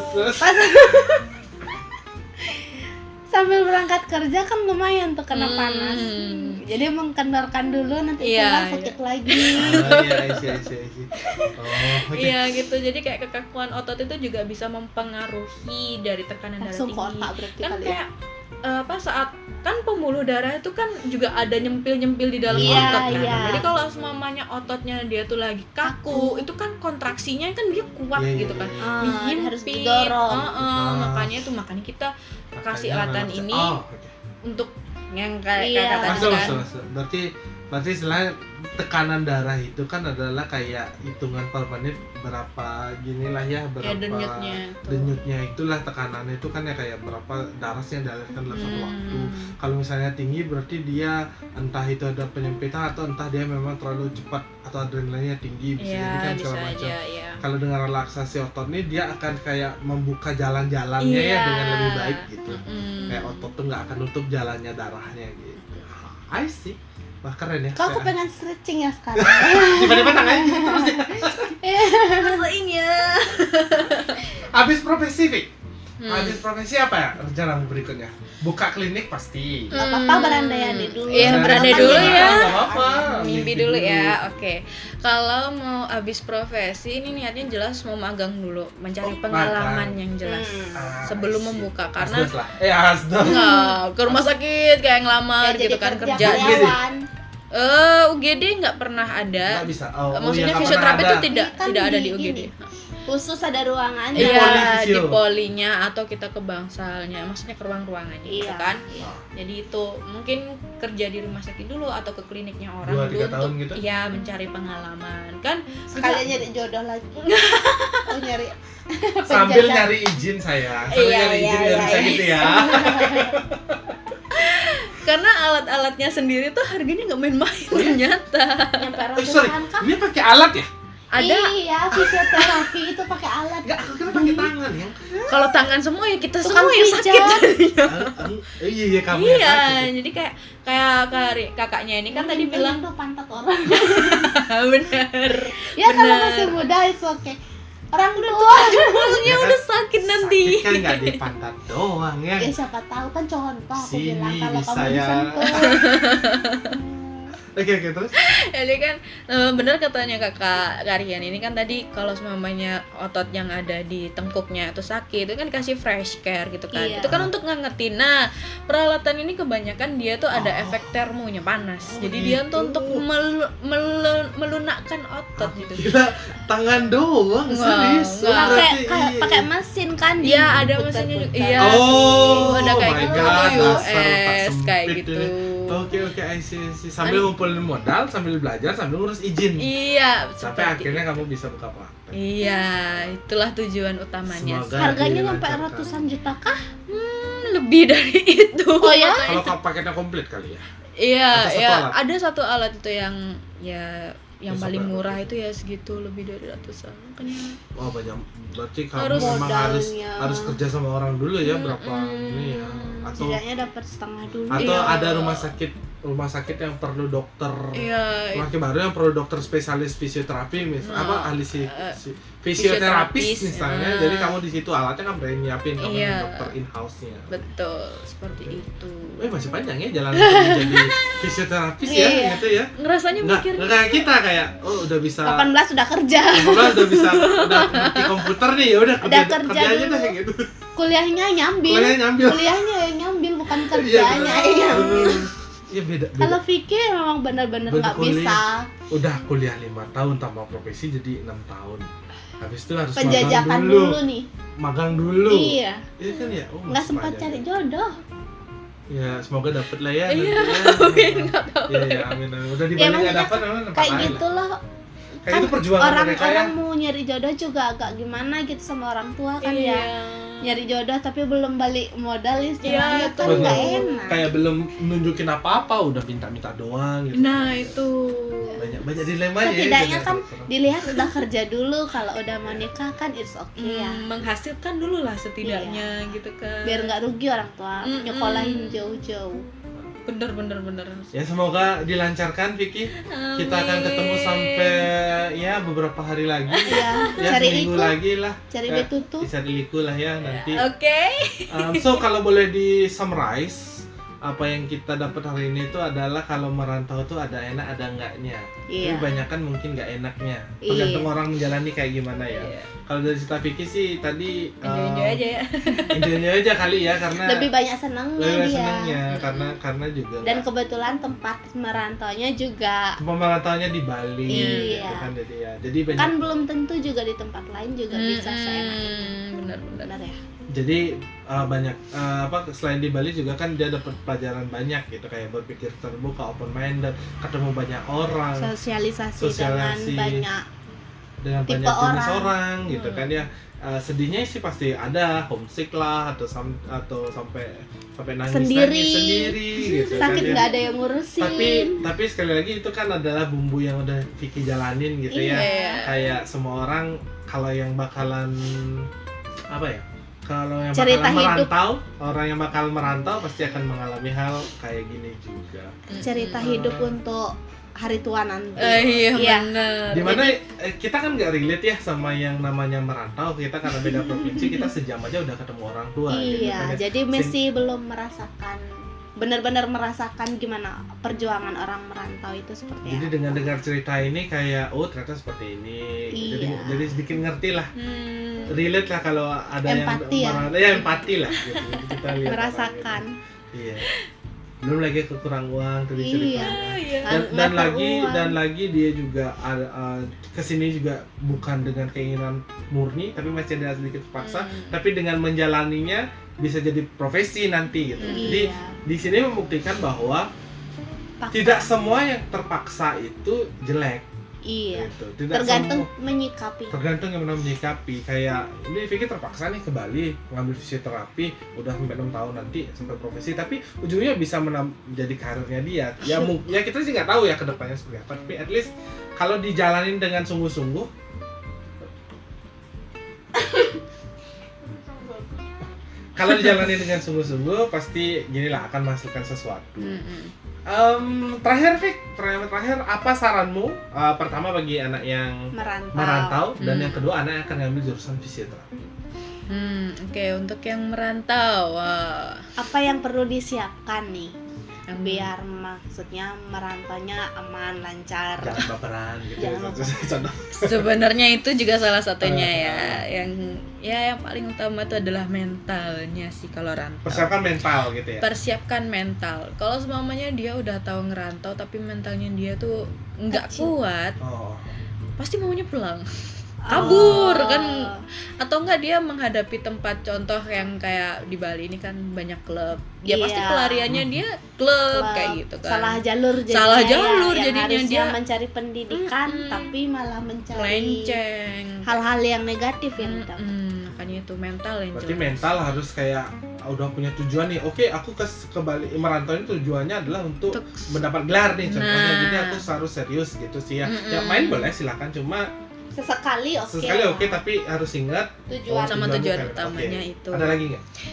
sambil berangkat kerja kan lumayan tuh kena panas. Jadi mengkendarkan dulu, nanti pulang sakit lagi. Iya gitu. Jadi kayak kekakuan otot itu juga bisa mempengaruhi dari tekanan darah tinggi. Kan kayak saat kan pembuluh darah itu kan juga ada nyempil-nyempil di dalam otot kan. Jadi kalau semuanya ototnya dia tuh lagi kaku, itu kan kontraksinya kan dia kuat gitu kan. Harus didorong. Makanya kita kasih alatan ini untuk yang kayak tadi kan. Berarti istilahnya tekanan darah itu kan adalah kayak hitungan per menit berapa ginilah ya, berapa denyutnya itulah tekanannya itu kan ya, kayak berapa darah yang dialirkan dalam satu waktu. Kalau misalnya tinggi berarti dia entah itu ada penyempitan atau entah dia memang terlalu cepat atau adrenalinnya tinggi, bisa jadi kan segala macam. Kalau dengan relaksasi otot ini dia akan kayak membuka jalan-jalannya ya dengan lebih baik gitu. Kayak otot tuh nggak akan nutup jalannya darahnya gitu. I see. Wah keren ya. Kok aku pengen stretching ya sekarang. Tiba-tiba tangannya terus ya. Rasain ya. Habis profesi, Vi. Habis profesi apa ya rencana berikutnya? Buka klinik pasti. Gak apa-apa, berandai-andai dulu. Iya, berandai dulu ya. Gak apa-apa. Mimpi dulu ya. Oke. Kalau mau habis profesi ini niatnya jelas mau magang dulu, mencari pengalaman yang jelas sebelum membuka, karena ke rumah sakit kayak ngelamar gitu kan, kerja UGD nggak pernah ada. Nggak bisa. Maksudnya fisioterapi itu tidak ada di UGD. Khusus ada ruangannya. Iya, di polinya atau kita ke bangsalnya, maksudnya ke ruang-ruangannya gitu kan. Jadi itu mungkin kerja di rumah sakit dulu atau ke kliniknya orang 2-3 tahun untuk gitu? Ya mencari pengalaman kan. Sekalian nyari jodoh lagi. Nyari sambil nyari izin saya. Nyari izin dari saya gitu ya. Karena alat-alatnya sendiri tuh harganya nggak main-main ternyata. Nyampe ratusan kan? Ini pakai alat ya? Ada. Iya, fisioterapi itu pakai alat. Enggak, aku kira pakai tangan ya. Kalau tangan semua ya kita semua yang sakit. Iya, kamu yang sakit. Iya, jadi kayak kakaknya ini kan tadi bilang tuh pantat orang. Bener. Ya kalau masih muda itu oke. Orang udah tua jempolnya udah sakit nanti. Sakit kan nggak di pantat doang ya. Ya siapa tahu kan contoh aku bilang Sini kalau bisa kamu ya. disentuh. Oke, terus? Jadi kan bener katanya kakak Karian ini kan tadi kalau semuanya otot yang ada di tengkuknya itu sakit, itu kan dikasih fresh care gitu kan. Itu kan untuk ngangetin. Nah, peralatan ini kebanyakan dia tuh ada efek termonya panas. Jadi dia tuh untuk melunakkan otot gitu. Gila, tangan doang, serius. Pakai mesin kan dia ada mesinnya juga. Iya. Ada kayak gitu US kayak gitu. Oke, I see. Sambil ngumpulin modal, sambil belajar, sambil ngurus izin. Iya, sampai akhirnya kamu bisa buka praktek. Iya, itulah tujuan utamanya. Harganya sampai ratusan juta kah? Lebih dari itu. Oh ya? Kalau paketnya komplit kali ya? Iya, ada satu alat itu yang paling murah itu ya segitu, lebih dari ratusan. Makanya banyak. Berarti kamu memang harus kerja sama orang dulu ya, berapa ini ya, atau setidaknya dapat setengah dulu. Atau ada rumah sakit rumah sakit yang perlu dokter laki baru yang perlu dokter spesialis fisioterapi ahli fisioterapis misalnya. Jadi kamu di situ alatnya kan berani nyiapin kamu dokter in house-nya. Betul, seperti itu. Masih panjang ya jalan jadi fisioterapis ya gitu ya. Ngerasanya mikirnya kayak kita kayak udah bisa 18 udah kerja. 18 udah bisa udah ngerti komputer nih, ya udah kerja aja deh gitu. Kuliahnya nyambil bukan kerjanya nyambil. Iya beda. Kalau Vicky memang benar-benar nggak bisa. Udah kuliah 5 tahun tambah profesi jadi 6 tahun. Habis itu harus penjajakan dulu nih. Magang dulu. Iya. Iya kan ya. Nggak sempat cari jodoh. Ya semoga dapet lah ya. Iya. Iya amin. Udah dibanding nggak dapat kayak gitulah. Kayak itu perjuangan orang mau nyari jodoh juga agak gimana gitu sama orang tua kan ya. Nyari jodoh tapi belum balik modal istilahnya kan nggak enak. Kayak belum nunjukin apa-apa, udah minta-minta doang gitu. Nah itu banyak dilema ya. Setidaknya kan dilihat udah kerja dulu, kalau udah mau nikah kan it's okay ya. Menghasilkan dulu lah setidaknya gitu kan. Biar nggak rugi orang tua nyekolahin jauh-jauh. Bener. Ya semoga dilancarkan Vicky. Kita akan ketemu sampai ya beberapa hari lagi. Ya cari seminggu lagi lah. Cari betutu. Bisa diliku lah ya nanti. Oke. So kalau boleh di summarize apa yang kita dapat hari ini itu adalah kalau merantau tuh ada enak ada enggaknya. Tapi banyakan mungkin nggak enaknya. Tergantung orang menjalani kayak gimana ya. Kalau dari cerita Vicky sih tadi enjoy aja ya. Enjoy aja kali ya karena lebih banyak senangnya karena juga dan kebetulan tempat merantaunya juga di Bali gitu kan jadi banyak kan belum tentu juga di tempat lain juga bisa seenak itu. Benar ya. Jadi banyak selain di Bali juga kan dia dapat pelajaran banyak gitu, kayak berpikir terbuka, open minded, ketemu banyak orang, sosialisasi. dengan banyak jenis orang gitu kan ya. Sedihnya sih pasti ada, homesick lah atau sampai nangis sendiri gitu. Sakit nggak ada yang ngurusin. Tapi sekali lagi itu kan adalah bumbu yang udah Vicky jalanin gitu ya. Kayak semua orang kalau yang bakalan kalau yang cerita bakalan merantau, orang yang bakal merantau pasti akan mengalami hal kayak gini juga. Cerita hidup untuk hari tua nanti. Iya benar. Dimana kita kan nggak relate ya sama yang namanya merantau. Kita karena beda provinsi, kita sejam aja udah ketemu orang tua. Iya, gitu kan, jadi masih belum benar-benar merasakan gimana perjuangan orang merantau itu seperti apa. Jadi dengan dengar cerita ini kayak ternyata seperti ini. Iya. Jadi sedikit ngerti lah. Relate lah kalau ada empati yang merantau ya empati lah gitu. Kita lihat merasakan. Iya. Belum lagi kekurang uang tadi ceritanya. Iya. Dan lagi dia juga kesini juga bukan dengan keinginan murni, tapi masih ada sedikit terpaksa. Tapi dengan menjalaninya bisa jadi profesi nanti gitu. Jadi di sini membuktikan bahwa tidak semua yang terpaksa itu jelek. Iya. Gitu. Tergantung yang menyikapi. Kayak ini Vicky terpaksa nih ke Bali ngambil fisioterapi udah sampai 6 tahun nanti sampai profesi, tapi ujungnya bisa menjadi karirnya dia. Ya kita sih nggak tahu ya kedepannya seperti apa. Tapi at least kalau dijalanin dengan sungguh-sungguh pasti ginilah akan menghasilkan sesuatu. Terakhir Vic, apa saranmu pertama bagi anak yang merantau dan yang kedua anak yang akan ngambil jurusan fisioterapi? Oke, untuk yang merantau apa yang perlu disiapkan nih biar maksudnya merantaunya aman, lancar, jangan baperan gitu. Sebenarnya itu juga salah satunya yang paling utama itu adalah mentalnya sih kalau rantau. Persiapkan mental gitu ya. Persiapkan mental. Kalau semuanya dia udah tahu ngerantau tapi mentalnya dia tuh nggak kuat, pasti maunya pulang. Kabur kan, atau enggak dia menghadapi tempat contoh yang kayak di Bali ini kan banyak klub, dia pasti pelariannya dia klub kayak gitu kan, salah jalur jadinya dia mencari pendidikan tapi malah mencari lenceng, hal-hal yang negatif yang makanya itu mental yang berarti mental harus kayak udah punya tujuan nih. Oke, aku ke Bali merantau ini tujuannya adalah untuk mendapat gelar nih contohnya, jadi aku harus serius gitu sih ya. Ya main boleh silakan, cuma sesekali oke, tapi harus ingat tujuan utamanya itu. Ada lagi nggak?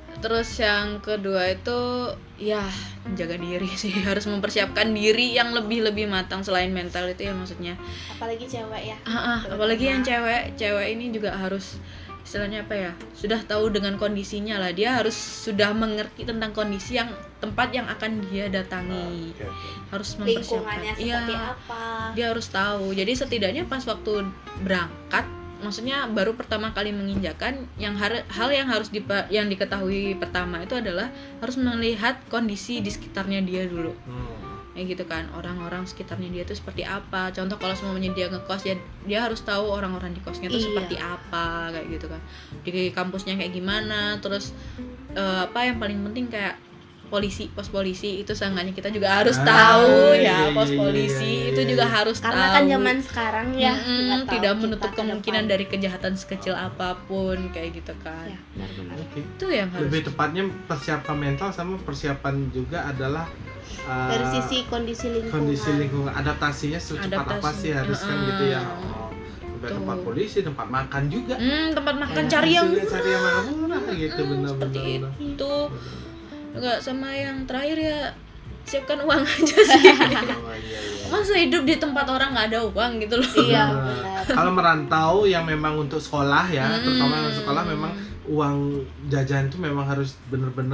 Terus yang kedua itu ya jaga diri sih, harus mempersiapkan diri yang lebih matang selain mental itu ya maksudnya. Apalagi cewek ya. Apalagi yang cewek ini juga harus istilahnya apa ya, sudah tahu dengan kondisinya lah, dia harus sudah mengerti tentang kondisi yang tempat yang akan dia datangi. Harus mempersiapkan lingkungannya seperti apa, dia harus tahu. Jadi setidaknya pas waktu berangkat, maksudnya baru pertama kali menginjakan, yang hal yang harus yang diketahui pertama itu adalah harus melihat kondisi di sekitarnya dia dulu. Kayak gitu kan, orang-orang sekitarnya dia tuh seperti apa. Contoh kalau semuanya dia ngekos ya, dia harus tahu orang-orang di kosnya tuh seperti apa, kayak gitu kan. Di kampusnya kayak gimana, terus apa yang paling penting kayak pos polisi itu seenggaknya kita juga harus tahu ya, pos polisi itu juga harus karena tahu. kan zaman sekarang ya tidak menutup kemungkinan dari kejahatan sekecil apapun kayak gitu kan. Ya, benar-benar. Itu yang harus. Lebih tepatnya persiapan mental sama persiapan juga adalah dari sisi kondisi lingkungan, adaptasinya secepat apa sih harus kan gitu ya. Tempat polisi, tempat makan juga. Tempat makan cari yang murah gitu, benar-benar. Itu enggak, sama yang terakhir ya siapkan uang aja sih. Masa hidup di tempat orang nggak ada uang gitu loh. Iya. Kalau merantau yang memang untuk sekolah ya, terutama yang sekolah memang uang jajan itu memang harus benar-benar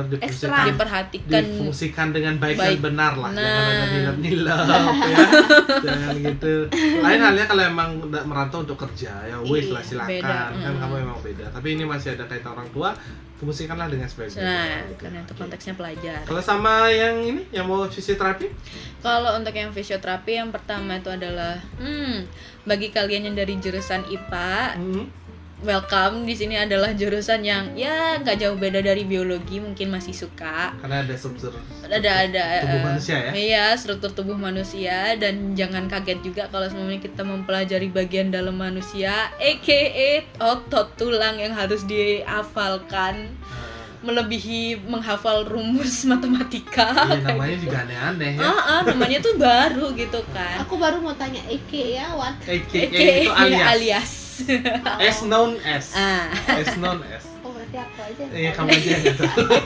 difungsikan dengan baik dan benar lah. Jangan ada nilep-nilep ya. Jangan gitu. Lain halnya kalau emang merantau untuk kerja ya wis lah silakan. Kan kamu memang beda. Tapi ini masih ada kaitan orang tua, fungsikanlah dengan sebaik-baiknya. Nah, karena itu konteksnya pelajar. Kalau sama yang ini, yang mau fisioterapi? Kalau untuk yang fisioterapi yang pertama itu adalah bagi kalian yang dari jurusan IPA, welcome. Di sini adalah jurusan yang ya nggak jauh beda dari biologi, mungkin masih suka. Karena ada struktur tubuh manusia ya. Iya, struktur tubuh manusia, dan jangan kaget juga kalau semuanya kita mempelajari bagian dalam manusia, aka otot tulang yang harus dihafalkan. Melebihi menghafal rumus matematika. Iya, namanya juga aneh-aneh ya. Namanya tuh baru gitu kan. Aku baru mau tanya EK ya, what? EK itu alias. As known as. As known as. Oh, berarti aku aja. Iya, kamu aja gitu.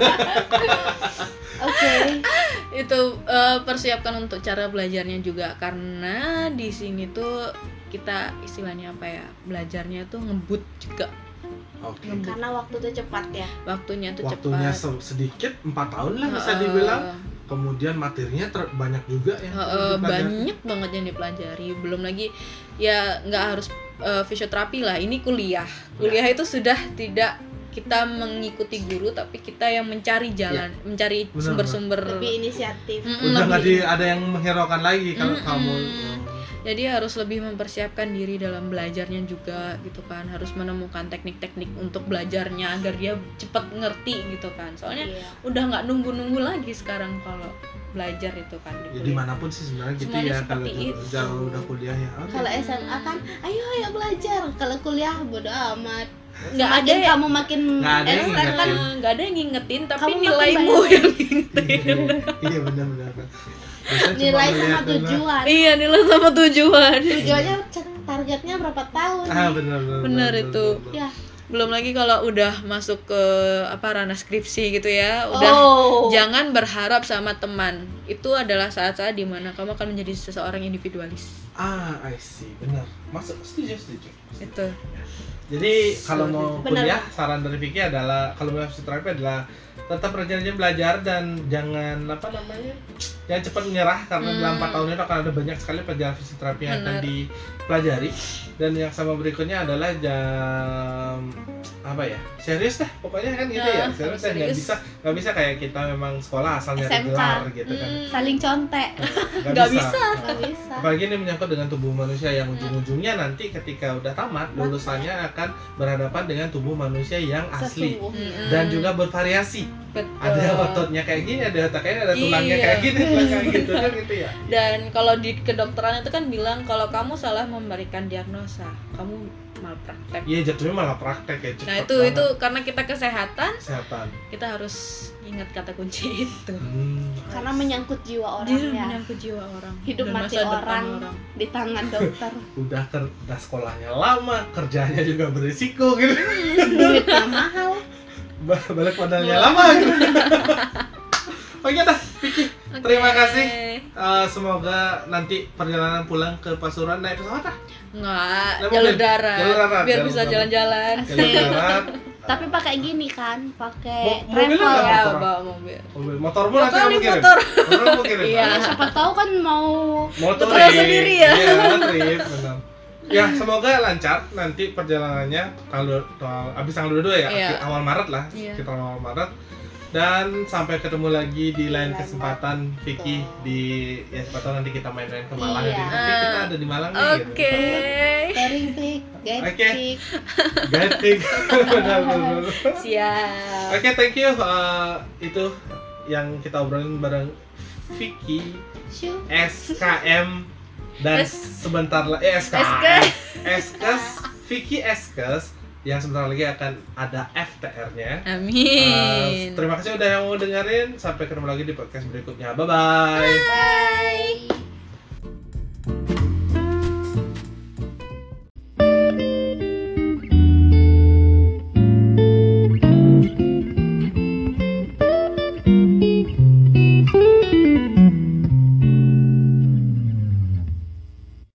Oke. Itu persiapkan untuk cara belajarnya juga, karena di sini tuh kita istilahnya apa ya? Belajarnya tuh ngebut juga. Karena waktu tuh cepat ya. Waktunya sedikit 4 tahun lah bisa dibilang. Kemudian materinya banyak juga ya. Banyak banget yang dipelajari. Belum lagi ya nggak harus fisioterapi lah. Ini kuliah. Kuliah itu sudah tidak kita mengikuti guru, tapi kita yang mencari jalan, mencari sumber-sumber. Lebih inisiatif. Udah nggak ada yang menghiraukan lagi kalau kamu. Jadi harus lebih mempersiapkan diri dalam belajarnya juga gitu kan. Harus menemukan teknik-teknik untuk belajarnya agar dia cepat ngerti gitu kan. Soalnya udah nggak nunggu-nunggu lagi sekarang kalau belajar itu kan. Ya dimanapun sih sebenarnya gitu ya, kalau jauh udah kuliah ya. Kalau SMA kan, ayo belajar. Kalau kuliah bodo amat. Nggak ada yang kamu makin nggak ada yang ngingetin, tapi nilaimu yang ngingetin. Iya benar-benar. Nilai sama tujuan. Iya, nilai sama tujuan. Tujuannya targetnya berapa tahun? Benar itu. Ya. Belum lagi kalau udah masuk ke ranah skripsi gitu ya, udah jangan berharap sama teman. Itu adalah saat-saat dimana kamu akan menjadi seseorang individualis. I see, benar. Masuk, setuju. Itu. Jadi kalau mau kuliah, saran dari Vicky adalah kalau mau fisioterapi adalah tetap rajin belajar dan jangan jangan cepat menyerah, karena dalam 4 tahun itu akan ada banyak sekali pelajaran fisioterapi yang akan dipelajari. Dan yang sama berikutnya adalah serius deh pokoknya kan gitu ya. Serius nggak bisa kayak kita memang sekolah asal nyari gelar gitu kan. Saling contek. Nggak bisa. Apalagi ini menyangkut dengan tubuh manusia yang ujung-ujungnya nanti ketika udah tamat lulusannya akan berhadapan dengan tubuh manusia yang asli dan juga bervariasi. Betul. Ada yang ototnya kayak gini, ada otaknya, ada tulangnya kayak gini, kayak gitu kan gitu ya. Dan kalau di kedokteran itu kan bilang kalau kamu salah memberikan diagnosa, kamu malpraktek. Iya, jatuhnya malah praktek ya. Nah, itu karena kita kesehatan. Kita harus ingat kata kunci itu. Karena menyangkut jiwa orang ya. Menyangkut jiwa orang. Hidup mati orang di tangan dokter. Udah sekolahnya lama, kerjanya juga berisiko gitu. Duitnya mahal. balik modalnya lama gitu. Oke dah, Vicky. Terima kasih. Semoga nanti perjalanan pulang ke Pasuruan naik pesawat ah? Enggak, jalur darat. Biar bisa jalan-jalan. Jalur darat. Tapi pakai gini kan, pakai mobil travel. ya, bawa mobil. Motormu nanti kamu kirim. Motor. Motormu kirim. Iya. Siapa tahu kan mau trip sendiri ya. Iya, trip benar. Ya, semoga lancar nanti perjalanannya habis tanggal 22 ya, Iya. awal Maret lah, Iya. sekitar awal Maret. Dan sampai ketemu lagi di lain kesempatan Vicky di ya siapa tahu nanti kita main-main ke Malang Iya. Nanti kita ada di Malang nih gitu. Oke. touring klik, Oke. klik. Gatik. Siap. Oke, thank you. Itu yang kita obrolin bareng Vicky Shoo. SKM dan sebentar lagi Eskes Vicky Eskes yang sebentar lagi akan ada FTR-nya. Amin. Terima kasih udah yang mau dengerin. Sampai ketemu lagi di podcast berikutnya. Bye bye. Bye.